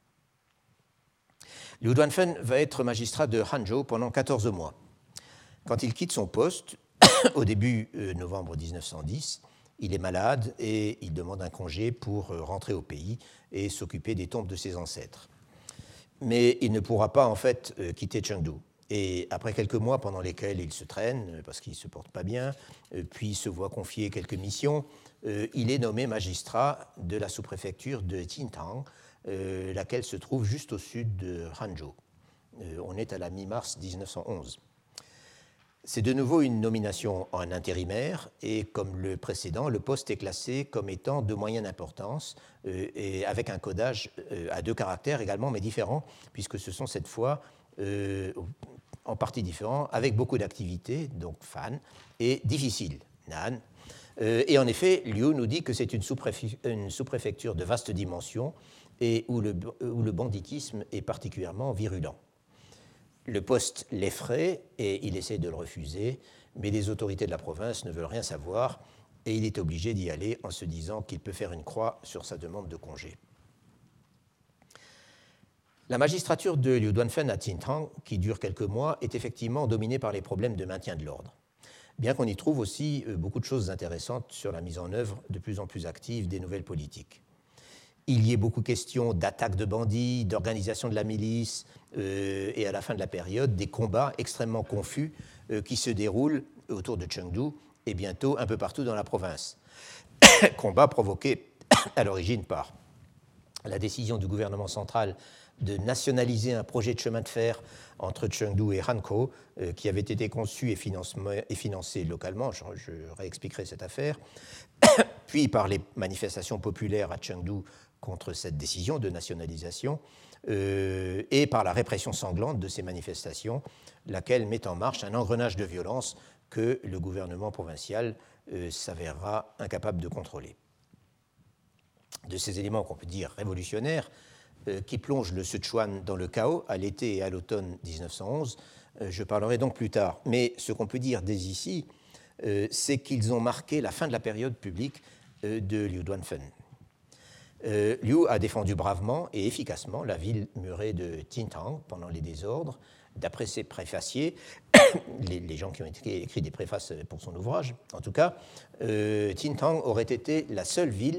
Liu Duanfen va être magistrat de Hangzhou pendant 14 mois. Quand il quitte son poste, au début novembre 1910, il est malade et il demande un congé pour rentrer au pays et s'occuper des tombes de ses ancêtres. Mais il ne pourra pas en fait quitter Chengdu. Et après quelques mois pendant lesquels il se traîne, parce qu'il ne se porte pas bien, puis se voit confier quelques missions, il est nommé magistrat de la sous-préfecture de Jintang, laquelle se trouve juste au sud de Hanzhou. On est à la mi-mars 1911. C'est de nouveau une nomination en intérimaire et comme le précédent, le poste est classé comme étant de moyenne importance et avec un codage à 2 caractères également, mais différents, puisque ce sont cette fois en partie différents, avec beaucoup d'activités, donc fan, et difficile, nan. Et en effet, Liu nous dit que c'est une sous-préfecture de vaste dimension et où le banditisme est particulièrement virulent. Le poste l'effraie et il essaie de le refuser, mais les autorités de la province ne veulent rien savoir et il est obligé d'y aller en se disant qu'il peut faire une croix sur sa demande de congé. La magistrature de Liu Duanfen à Jintang, qui dure quelques mois, est effectivement dominée par les problèmes de maintien de l'ordre, bien qu'on y trouve aussi beaucoup de choses intéressantes sur la mise en œuvre de plus en plus active des nouvelles politiques. Il y est beaucoup question d'attaques de bandits, d'organisation de la milice, et à la fin de la période, des combats extrêmement confus qui se déroulent autour de Chengdu et bientôt un peu partout dans la province. Combats provoqués à l'origine par la décision du gouvernement central de nationaliser un projet de chemin de fer entre Chengdu et Hankou, qui avait été conçu et financé localement, je réexpliquerai cette affaire, puis par les manifestations populaires à Chengdu contre cette décision de nationalisation, et par la répression sanglante de ces manifestations, laquelle met en marche un engrenage de violence que le gouvernement provincial s'avérera incapable de contrôler. De ces éléments qu'on peut dire révolutionnaires, qui plongent le Sichuan dans le chaos à l'été et à l'automne 1911, je parlerai donc plus tard. Mais ce qu'on peut dire dès ici, c'est qu'ils ont marqué la fin de la période publique de Liu Duanfen. Liu a défendu bravement et efficacement la ville murée de Jintang pendant les désordres. D'après ses préfaciers, les gens qui ont écrit des préfaces pour son ouvrage, en tout cas, Jintang aurait été la seule ville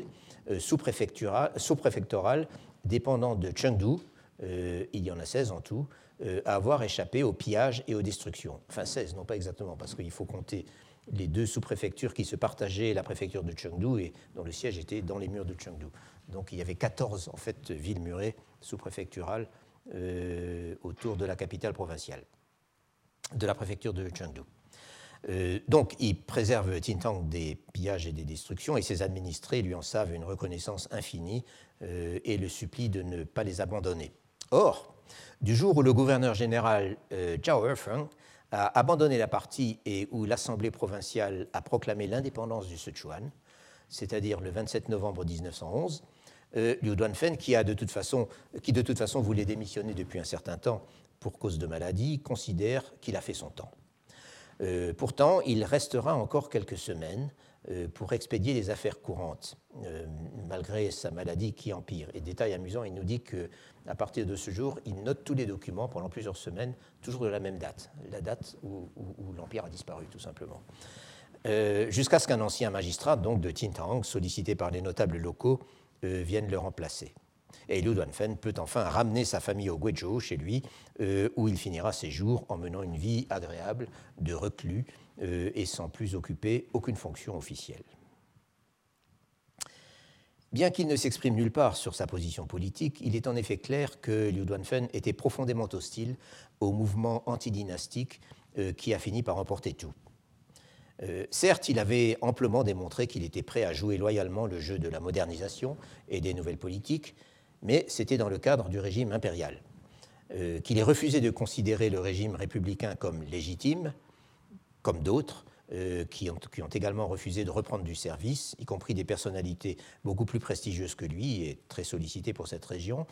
sous-préfectorale dépendant de Chengdu, il y en a 16 en tout, à avoir échappé au pillage et aux destructions. Enfin 16, non pas exactement, parce qu'il faut compter les 2 sous-préfectures qui se partageaient la préfecture de Chengdu et dont le siège était dans les murs de Chengdu. Donc il y avait 14 en fait, villes murées sous-préfecturales autour de la capitale provinciale, de la préfecture de Chengdu. Donc il préserve Jintang des pillages et des destructions et ses administrés lui en savent une reconnaissance infinie et le supplient de ne pas les abandonner. Or, du jour où le gouverneur général Zhao Erfeng a abandonné la partie et où l'Assemblée provinciale a proclamé l'indépendance du Sichuan, c'est-à-dire le 27 novembre 1911, Liu Duanfen, qui de toute façon voulait démissionner depuis un certain temps pour cause de maladie, considère qu'il a fait son temps. Pourtant, il restera encore quelques semaines pour expédier les affaires courantes, malgré sa maladie qui empire. Et détail amusant, il nous dit qu'à partir de ce jour, il note tous les documents pendant plusieurs semaines, toujours de la même date, la date où l'Empire a disparu, tout simplement. Jusqu'à ce qu'un ancien magistrat, donc de Jintang, sollicité par les notables locaux, vienne le remplacer. Et Liu Duanfen peut enfin ramener sa famille au Guizhou, chez lui, où il finira ses jours en menant une vie agréable de reclus et sans plus occuper aucune fonction officielle. Bien qu'il ne s'exprime nulle part sur sa position politique, il est en effet clair que Liu Duanfen était profondément hostile au mouvement antidynastique qui a fini par emporter tout. Certes, il avait amplement démontré qu'il était prêt à jouer loyalement le jeu de la modernisation et des nouvelles politiques, mais c'était dans le cadre du régime impérial. Qu'il ait refusé de considérer le régime républicain comme légitime, comme d'autres, qui ont également refusé de reprendre du service, y compris des personnalités beaucoup plus prestigieuses que lui et très sollicitées pour cette raison.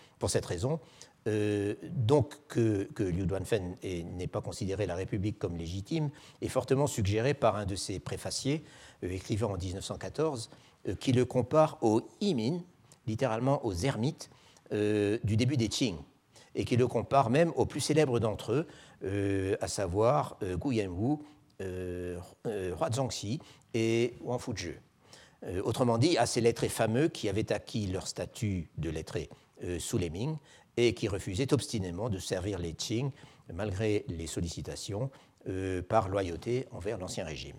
Donc que Liu Duanfen n'ait pas considéré la République comme légitime est fortement suggéré par un de ses préfaciers, écrivant en 1914, qui le compare aux Yimin, littéralement aux ermites, du début des Qing, et qui le compare même aux plus célèbres d'entre eux, à savoir Gu Yanwu, Hua Zongxi et Wang Fuzhi. Autrement dit, à ces lettrés fameux qui avaient acquis leur statut de lettrés sous les Ming et qui refusaient obstinément de servir les Qing malgré les sollicitations, par loyauté envers l'Ancien Régime.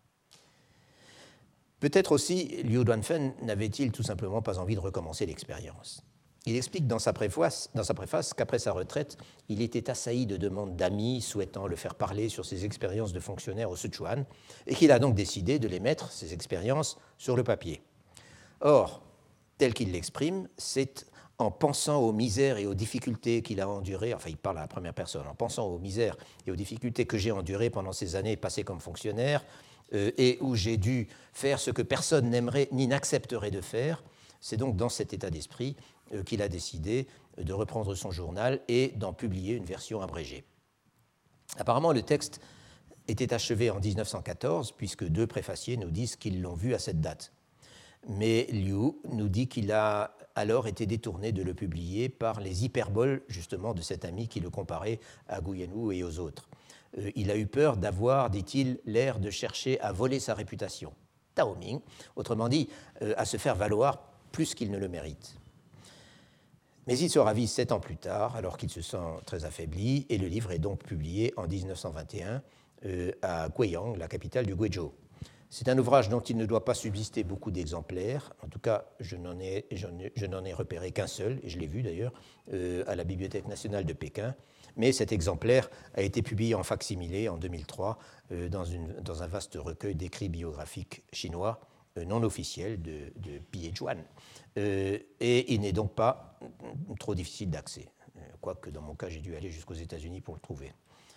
Peut-être aussi Liu Duanfen n'avait-il tout simplement pas envie de recommencer l'expérience. Il explique dans sa préface qu'après sa retraite, il était assailli de demandes d'amis souhaitant le faire parler sur ses expériences de fonctionnaire au Sichuan et qu'il a donc décidé de les mettre, ces expériences, sur le papier. Or, tel qu'il l'exprime, c'est en pensant aux misères et aux difficultés qu'il a endurées, enfin il parle à la première personne, en pensant aux misères et aux difficultés que j'ai endurées pendant ces années passées comme fonctionnaire et où j'ai dû faire ce que personne n'aimerait ni n'accepterait de faire, c'est donc dans cet état d'esprit qu'il a décidé de reprendre son journal et d'en publier une version abrégée. Apparemment, le texte était achevé en 1914, puisque 2 préfaciers nous disent qu'ils l'ont vu à cette date. Mais Liu nous dit qu'il a alors été détourné de le publier par les hyperboles, justement, de cet ami qui le comparait à Guyenwu et aux autres. Il a eu peur d'avoir, dit-il, l'air de chercher à voler sa réputation. Tao Ming, autrement dit, à se faire valoir plus qu'il ne le mérite. Mais il se ravise 7 ans plus tard, alors qu'il se sent très affaibli, et le livre est donc publié en 1921 à Guiyang, la capitale du Guizhou. C'est un ouvrage dont il ne doit pas subsister beaucoup d'exemplaires. En tout cas, je n'en ai repéré qu'un seul, et je l'ai vu d'ailleurs, à la Bibliothèque nationale de Pékin. Mais cet exemplaire a été publié en fac-similé en 2003 dans un vaste recueil d'écrits biographiques chinois non officiels de Pi Zhuan. Et il n'est donc pas trop difficile d'accès, quoique dans mon cas, j'ai dû aller jusqu'aux États-Unis pour le trouver.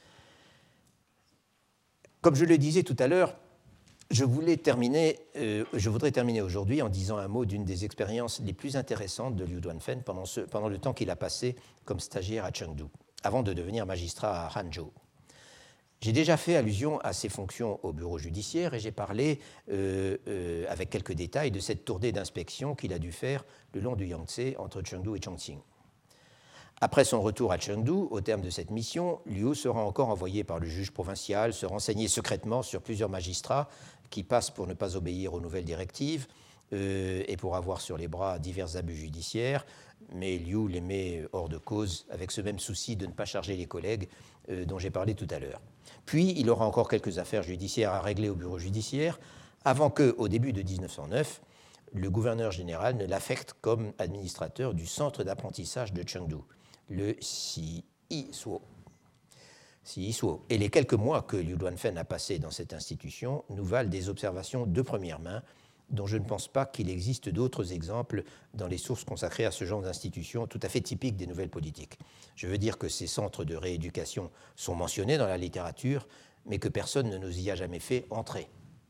Comme je le disais tout à l'heure, je voudrais terminer aujourd'hui en disant un mot d'une des expériences les plus intéressantes de Liu Duanfen pendant le temps qu'il a passé comme stagiaire à Chengdu, avant de devenir magistrat à Hangzhou. J'ai déjà fait allusion à ses fonctions au bureau judiciaire et j'ai parlé avec quelques détails de cette tournée d'inspection qu'il a dû faire le long du Yangtze entre Chengdu et Chongqing. Après son retour à Chengdu, au terme de cette mission, Liu sera encore envoyé par le juge provincial se renseigner secrètement sur plusieurs magistrats qui passent pour ne pas obéir aux nouvelles directives et pour avoir sur les bras divers abus judiciaires, mais Liu les met hors de cause avec ce même souci de ne pas charger les collègues dont j'ai parlé tout à l'heure. Puis, il aura encore quelques affaires judiciaires à régler au bureau judiciaire avant que, au début de 1909, le gouverneur général ne l'affecte comme administrateur du centre d'apprentissage de Chengdu, le Xi-Yi-Suo. Et les quelques mois que Liu Duanfen a passés dans cette institution nous valent des observations de première main, dont je ne pense pas qu'il existe d'autres exemples dans les sources consacrées à ce genre d'institution tout à fait typiques des nouvelles politiques. Je veux dire que ces centres de rééducation sont mentionnés dans la littérature, mais que personne ne nous y a jamais fait entrer.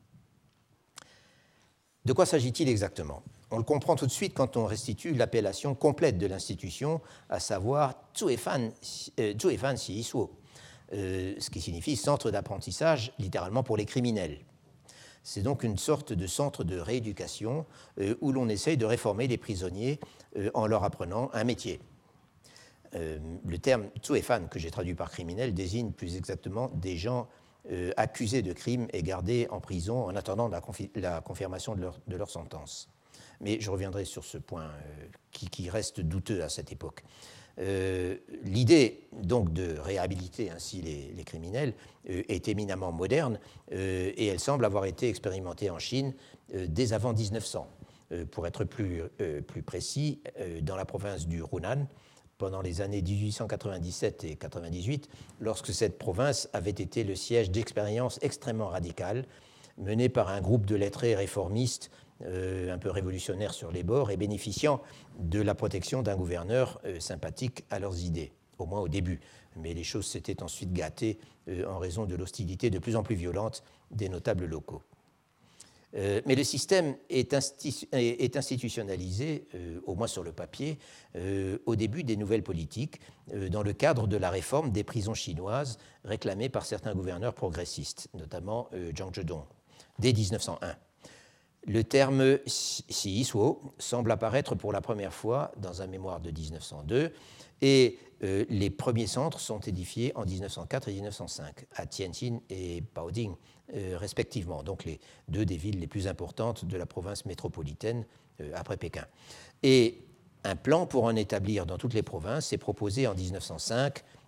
De quoi s'agit-il exactement ? On le comprend tout de suite quand on restitue l'appellation complète de l'institution, à savoir Zuifan Xi-Suo, ce qui signifie centre d'apprentissage littéralement pour les criminels. C'est donc une sorte de centre de rééducation où l'on essaye de réformer les prisonniers en leur apprenant un métier. Le terme Zuifan, que j'ai traduit par criminel, désigne plus exactement des gens accusés de crimes et gardés en prison en attendant la confirmation de leur sentence. Mais je reviendrai sur ce point qui reste douteux à cette époque. L'idée donc de réhabiliter ainsi les criminels est éminemment moderne et elle semble avoir été expérimentée en Chine dès avant 1900. Pour être plus précis, dans la province du Hunan, pendant les années 1897 et 1898, lorsque cette province avait été le siège d'expériences extrêmement radicales menées par un groupe de lettrés réformistes un peu révolutionnaires sur les bords et bénéficiant de la protection d'un gouverneur sympathique à leurs idées, au moins au début. Mais les choses s'étaient ensuite gâtées en raison de l'hostilité de plus en plus violente des notables locaux. Mais le système est institutionnalisé, au moins sur le papier, au début des nouvelles politiques, dans le cadre de la réforme des prisons chinoises réclamée par certains gouverneurs progressistes, notamment Zhang Zedong, dès 1901. Le terme Xi-Suo semble apparaître pour la première fois dans un mémoire de 1902 et les premiers centres sont édifiés en 1904 et 1905 à Tianjin et Baoding respectivement, donc les deux des villes les plus importantes de la province métropolitaine après Pékin. Et un plan pour en établir dans toutes les provinces est proposé en 1905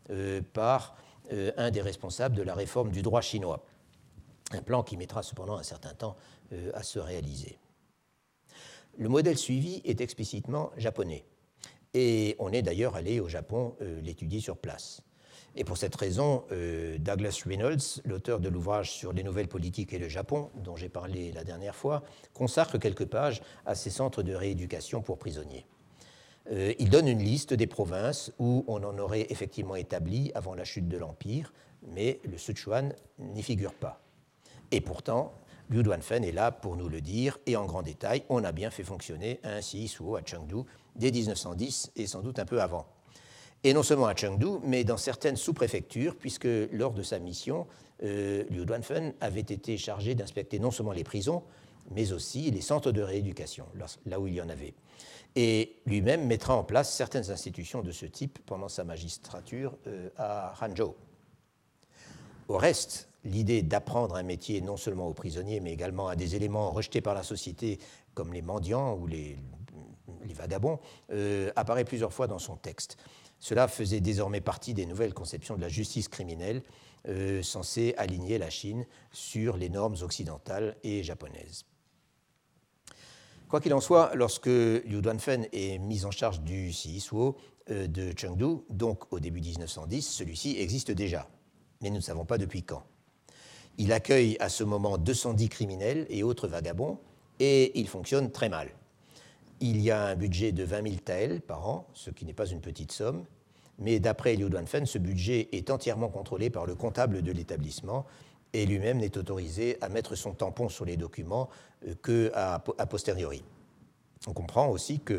par un des responsables de la réforme du droit chinois. Un plan qui mettra cependant un certain temps à se réaliser. Le modèle suivi est explicitement japonais. Et on est d'ailleurs allé au Japon l'étudier sur place. Et pour cette raison, Douglas Reynolds, l'auteur de l'ouvrage sur les nouvelles politiques et le Japon, dont j'ai parlé la dernière fois, consacre quelques pages à ces centres de rééducation pour prisonniers. Il donne une liste des provinces où on en aurait effectivement établi avant la chute de l'Empire, mais le Sichuan n'y figure pas. Et pourtant, Liu Duanfen est là pour nous le dire, et en grand détail, on a bien fait fonctionner un CISO à Chengdu dès 1910 et sans doute un peu avant. Et non seulement à Chengdu, mais dans certaines sous-préfectures, puisque lors de sa mission, Liu Duanfen avait été chargé d'inspecter non seulement les prisons, mais aussi les centres de rééducation, là où il y en avait. Et lui-même mettra en place certaines institutions de ce type pendant sa magistrature à Hangzhou. Au reste, l'idée d'apprendre un métier non seulement aux prisonniers, mais également à des éléments rejetés par la société, comme les mendiants ou les vagabonds, apparaît plusieurs fois dans son texte. Cela faisait désormais partie des nouvelles conceptions de la justice criminelle, censée aligner la Chine sur les normes occidentales et japonaises. Quoi qu'il en soit, lorsque Liu Duanfen est mis en charge du CISO de Chengdu, donc au début 1910, celui-ci existe déjà, mais nous ne savons pas depuis quand. Il accueille à ce moment 210 criminels et autres vagabonds, et il fonctionne très mal. Il y a un budget de 20 000 taels par an, ce qui n'est pas une petite somme, mais d'après Liu Duanfen, ce budget est entièrement contrôlé par le comptable de l'établissement et lui-même n'est autorisé à mettre son tampon sur les documents qu'à posteriori. On comprend aussi que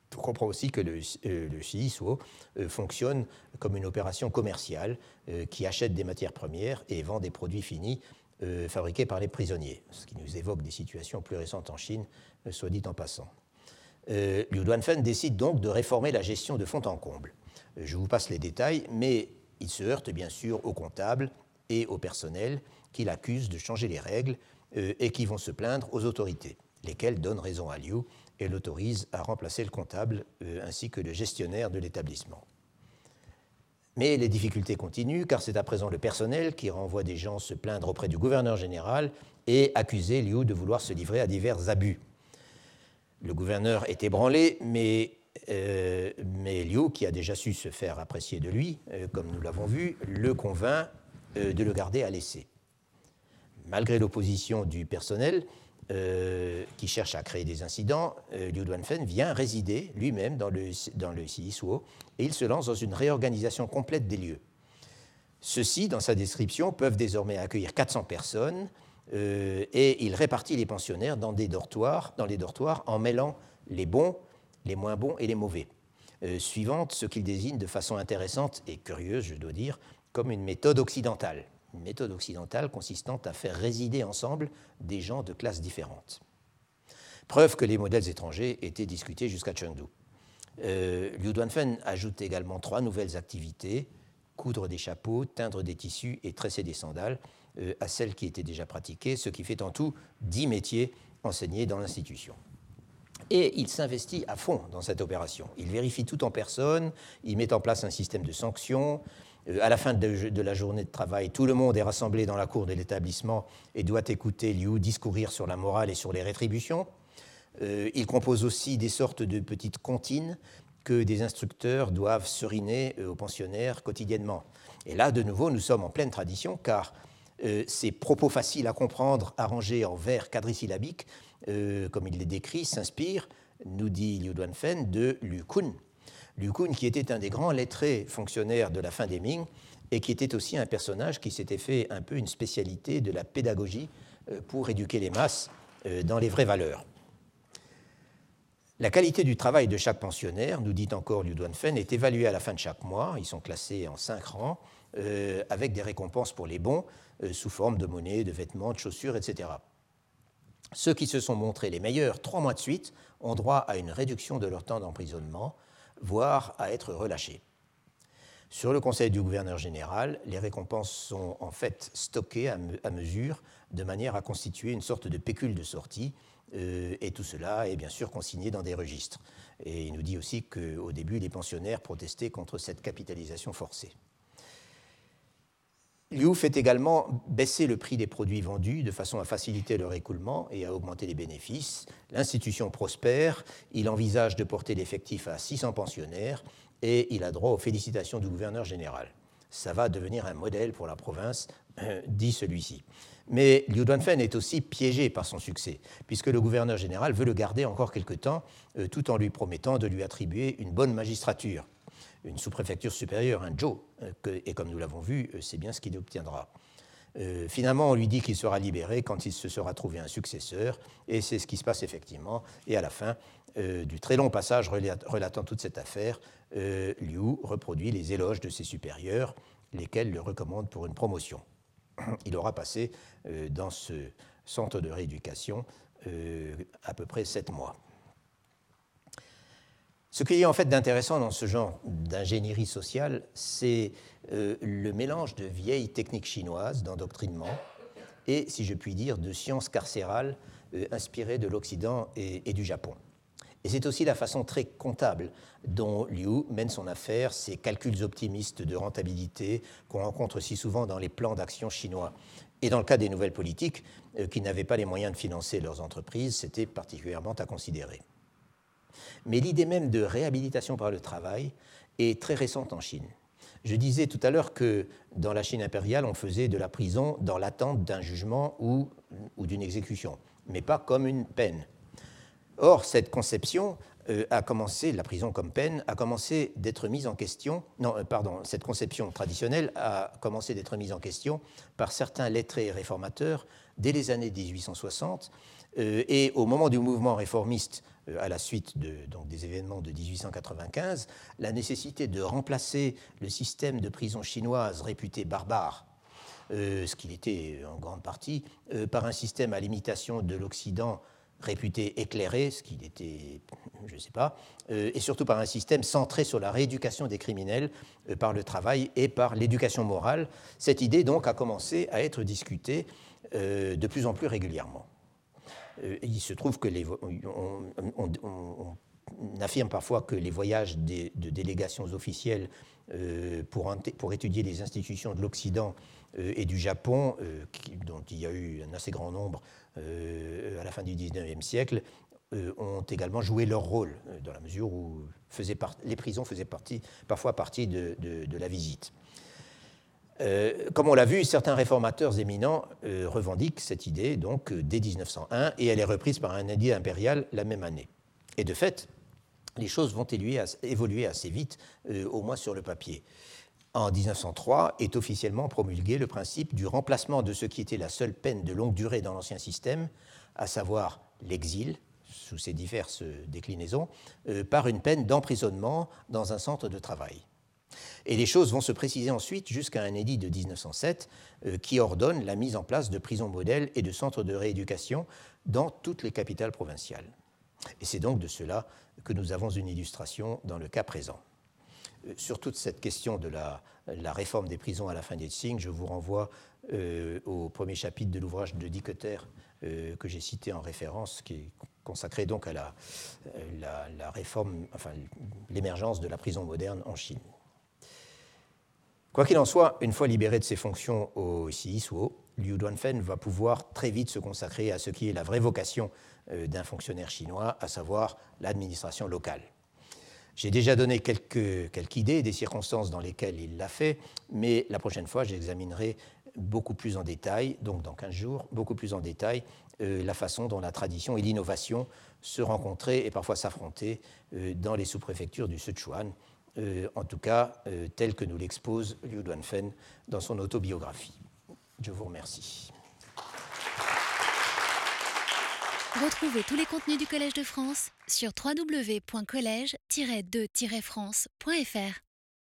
le CISO fonctionne comme une opération commerciale qui achète des matières premières et vend des produits finis fabriqués par les prisonniers, ce qui nous évoque des situations plus récentes en Chine, soit dit en passant. Liu Duanfen décide donc de réformer la gestion de fond en comble. Je vous passe les détails, mais il se heurte bien sûr aux comptables et au personnel qui l'accusent de changer les règles et qui vont se plaindre aux autorités, lesquelles donnent raison à Liu et l'autorisent à remplacer le comptable ainsi que le gestionnaire de l'établissement. Mais les difficultés continuent, car c'est à présent le personnel qui renvoie des gens se plaindre auprès du gouverneur général et accuser Liu de vouloir se livrer à divers abus. Le gouverneur est ébranlé, mais Liu, qui a déjà su se faire apprécier de lui, comme nous l'avons vu, le convainc de le garder à l'essai. Malgré l'opposition du personnel, qui cherche à créer des incidents, Liu Duanfen vient résider lui-même dans le CISO et il se lance dans une réorganisation complète des lieux. Ceux-ci, dans sa description, peuvent désormais accueillir 400 personnes et il répartit les pensionnaires dans les dortoirs en mêlant les bons, les moins bons et les mauvais, suivant ce qu'il désigne de façon intéressante et curieuse, je dois dire, comme une méthode occidentale. Une méthode occidentale consistant à faire résider ensemble des gens de classes différentes. Preuve que les modèles étrangers étaient discutés jusqu'à Chengdu. Liu Duanfen ajoute également 3 nouvelles activités, coudre des chapeaux, teindre des tissus et tresser des sandales, à celles qui étaient déjà pratiquées, ce qui fait en tout 10 métiers enseignés dans l'institution. Et il s'investit à fond dans cette opération. Il vérifie tout en personne, il met en place un système de sanctions. À la fin de la journée de travail, tout le monde est rassemblé dans la cour de l'établissement et doit écouter Liu discourir sur la morale et sur les rétributions. Il compose aussi des sortes de petites comptines que des instructeurs doivent seriner aux pensionnaires quotidiennement. Et là, de nouveau, nous sommes en pleine tradition, car ces propos faciles à comprendre, arrangés en vers quadrisyllabiques, comme il les décrit, s'inspirent, nous dit Liu Duanfen, de Lu Kun. Lu Kun, qui était un des grands lettrés fonctionnaires de la fin des Ming et qui était aussi un personnage qui s'était fait un peu une spécialité de la pédagogie pour éduquer les masses dans les vraies valeurs. La qualité du travail de chaque pensionnaire, nous dit encore Liu Duanfen, est évaluée à la fin de chaque mois. Ils sont classés en 5 rangs, avec des récompenses pour les bons, sous forme de monnaie, de vêtements, de chaussures, etc. Ceux qui se sont montrés les meilleurs 3 mois de suite ont droit à une réduction de leur temps d'emprisonnement, voire à être relâchés. Sur le conseil du gouverneur général, les récompenses sont en fait stockées à mesure, de manière à constituer une sorte de pécule de sortie, et tout cela est bien sûr consigné dans des registres. Et il nous dit aussi qu'au début, les pensionnaires protestaient contre cette capitalisation forcée. Liu fait également baisser le prix des produits vendus de façon à faciliter leur écoulement et à augmenter les bénéfices. L'institution prospère, il envisage de porter l'effectif à 600 pensionnaires et il a droit aux félicitations du gouverneur général. Ça va devenir un modèle pour la province, dit celui-ci. Mais Liu Duanfen est aussi piégé par son succès, puisque le gouverneur général veut le garder encore quelque temps, tout en lui promettant de lui attribuer une bonne magistrature, une sous-préfecture supérieure, un zhou, et comme nous l'avons vu, c'est bien ce qu'il obtiendra. Finalement, on lui dit qu'il sera libéré quand il se sera trouvé un successeur, et c'est ce qui se passe effectivement. Et à la fin du très long passage relatant toute cette affaire, Liu reproduit les éloges de ses supérieurs, lesquels le recommandent pour une promotion. Il aura passé dans ce centre de rééducation à peu près 7 mois. Ce qu'il y a en fait d'intéressant dans ce genre d'ingénierie sociale, c'est le mélange de vieilles techniques chinoises d'endoctrinement et, si je puis dire, de sciences carcérales inspirées de l'Occident et du Japon. Et c'est aussi la façon très comptable dont Liu mène son affaire, ces calculs optimistes de rentabilité qu'on rencontre si souvent dans les plans d'action chinois. Et dans le cas des nouvelles politiques, qui n'avaient pas les moyens de financer leurs entreprises, c'était particulièrement à considérer. Mais l'idée même de réhabilitation par le travail est très récente en Chine. Je disais tout à l'heure que dans la Chine impériale, on faisait de la prison dans l'attente d'un jugement ou d'une exécution, mais pas comme une peine. Or, cette conception a commencé, la prison comme peine, a commencé d'être mise en question, cette conception traditionnelle a commencé d'être mise en question par certains lettrés réformateurs dès les années 1860, et au moment du mouvement réformiste, à la suite des événements de 1895, la nécessité de remplacer le système de prison chinoise réputé barbare, ce qu'il était en grande partie, par un système à l'imitation de l'Occident réputé éclairé, ce qu'il était, je ne sais pas, et surtout par un système centré sur la rééducation des criminels par le travail et par l'éducation morale. Cette idée donc a commencé à être discutée de plus en plus régulièrement. Il se trouve que on affirme parfois que les voyages de délégations officielles pour étudier les institutions de l'Occident et du Japon, dont il y a eu un assez grand nombre à la fin du XIXe siècle, ont également joué leur rôle, dans la mesure où les prisons faisaient parfois partie de la visite. Comme on l'a vu, certains réformateurs éminents revendiquent cette idée donc, dès 1901, et elle est reprise par un édit impérial la même année. Et de fait, les choses vont évoluer assez vite, au moins sur le papier. En 1903 est officiellement promulgué le principe du remplacement de ce qui était la seule peine de longue durée dans l'ancien système, à savoir l'exil, sous ses diverses déclinaisons, par une peine d'emprisonnement dans un centre de travail. Et les choses vont se préciser ensuite jusqu'à un édit de 1907 qui ordonne la mise en place de prisons modèles et de centres de rééducation dans toutes les capitales provinciales. Et c'est donc de cela que nous avons une illustration dans le cas présent. Sur toute cette question de la réforme des prisons à la fin des Qing, je vous renvoie au premier chapitre de l'ouvrage de Dikötter que j'ai cité en référence, qui est consacré donc à la réforme, enfin l'émergence de la prison moderne en Chine. Quoi qu'il en soit, une fois libéré de ses fonctions au CISO, Liu Duanfen va pouvoir très vite se consacrer à ce qui est la vraie vocation d'un fonctionnaire chinois, à savoir l'administration locale. J'ai déjà donné quelques idées des circonstances dans lesquelles il l'a fait, mais la prochaine fois, j'examinerai beaucoup plus en détail, donc dans 15 jours, beaucoup plus en détail, la façon dont la tradition et l'innovation se rencontraient et parfois s'affrontaient dans les sous-préfectures du Sichuan, en tout cas tel que nous l'expose Liu Duanfen dans son autobiographie. Je vous remercie. Retrouvez tous les contenus du Collège de France sur www.collège-2-france.fr.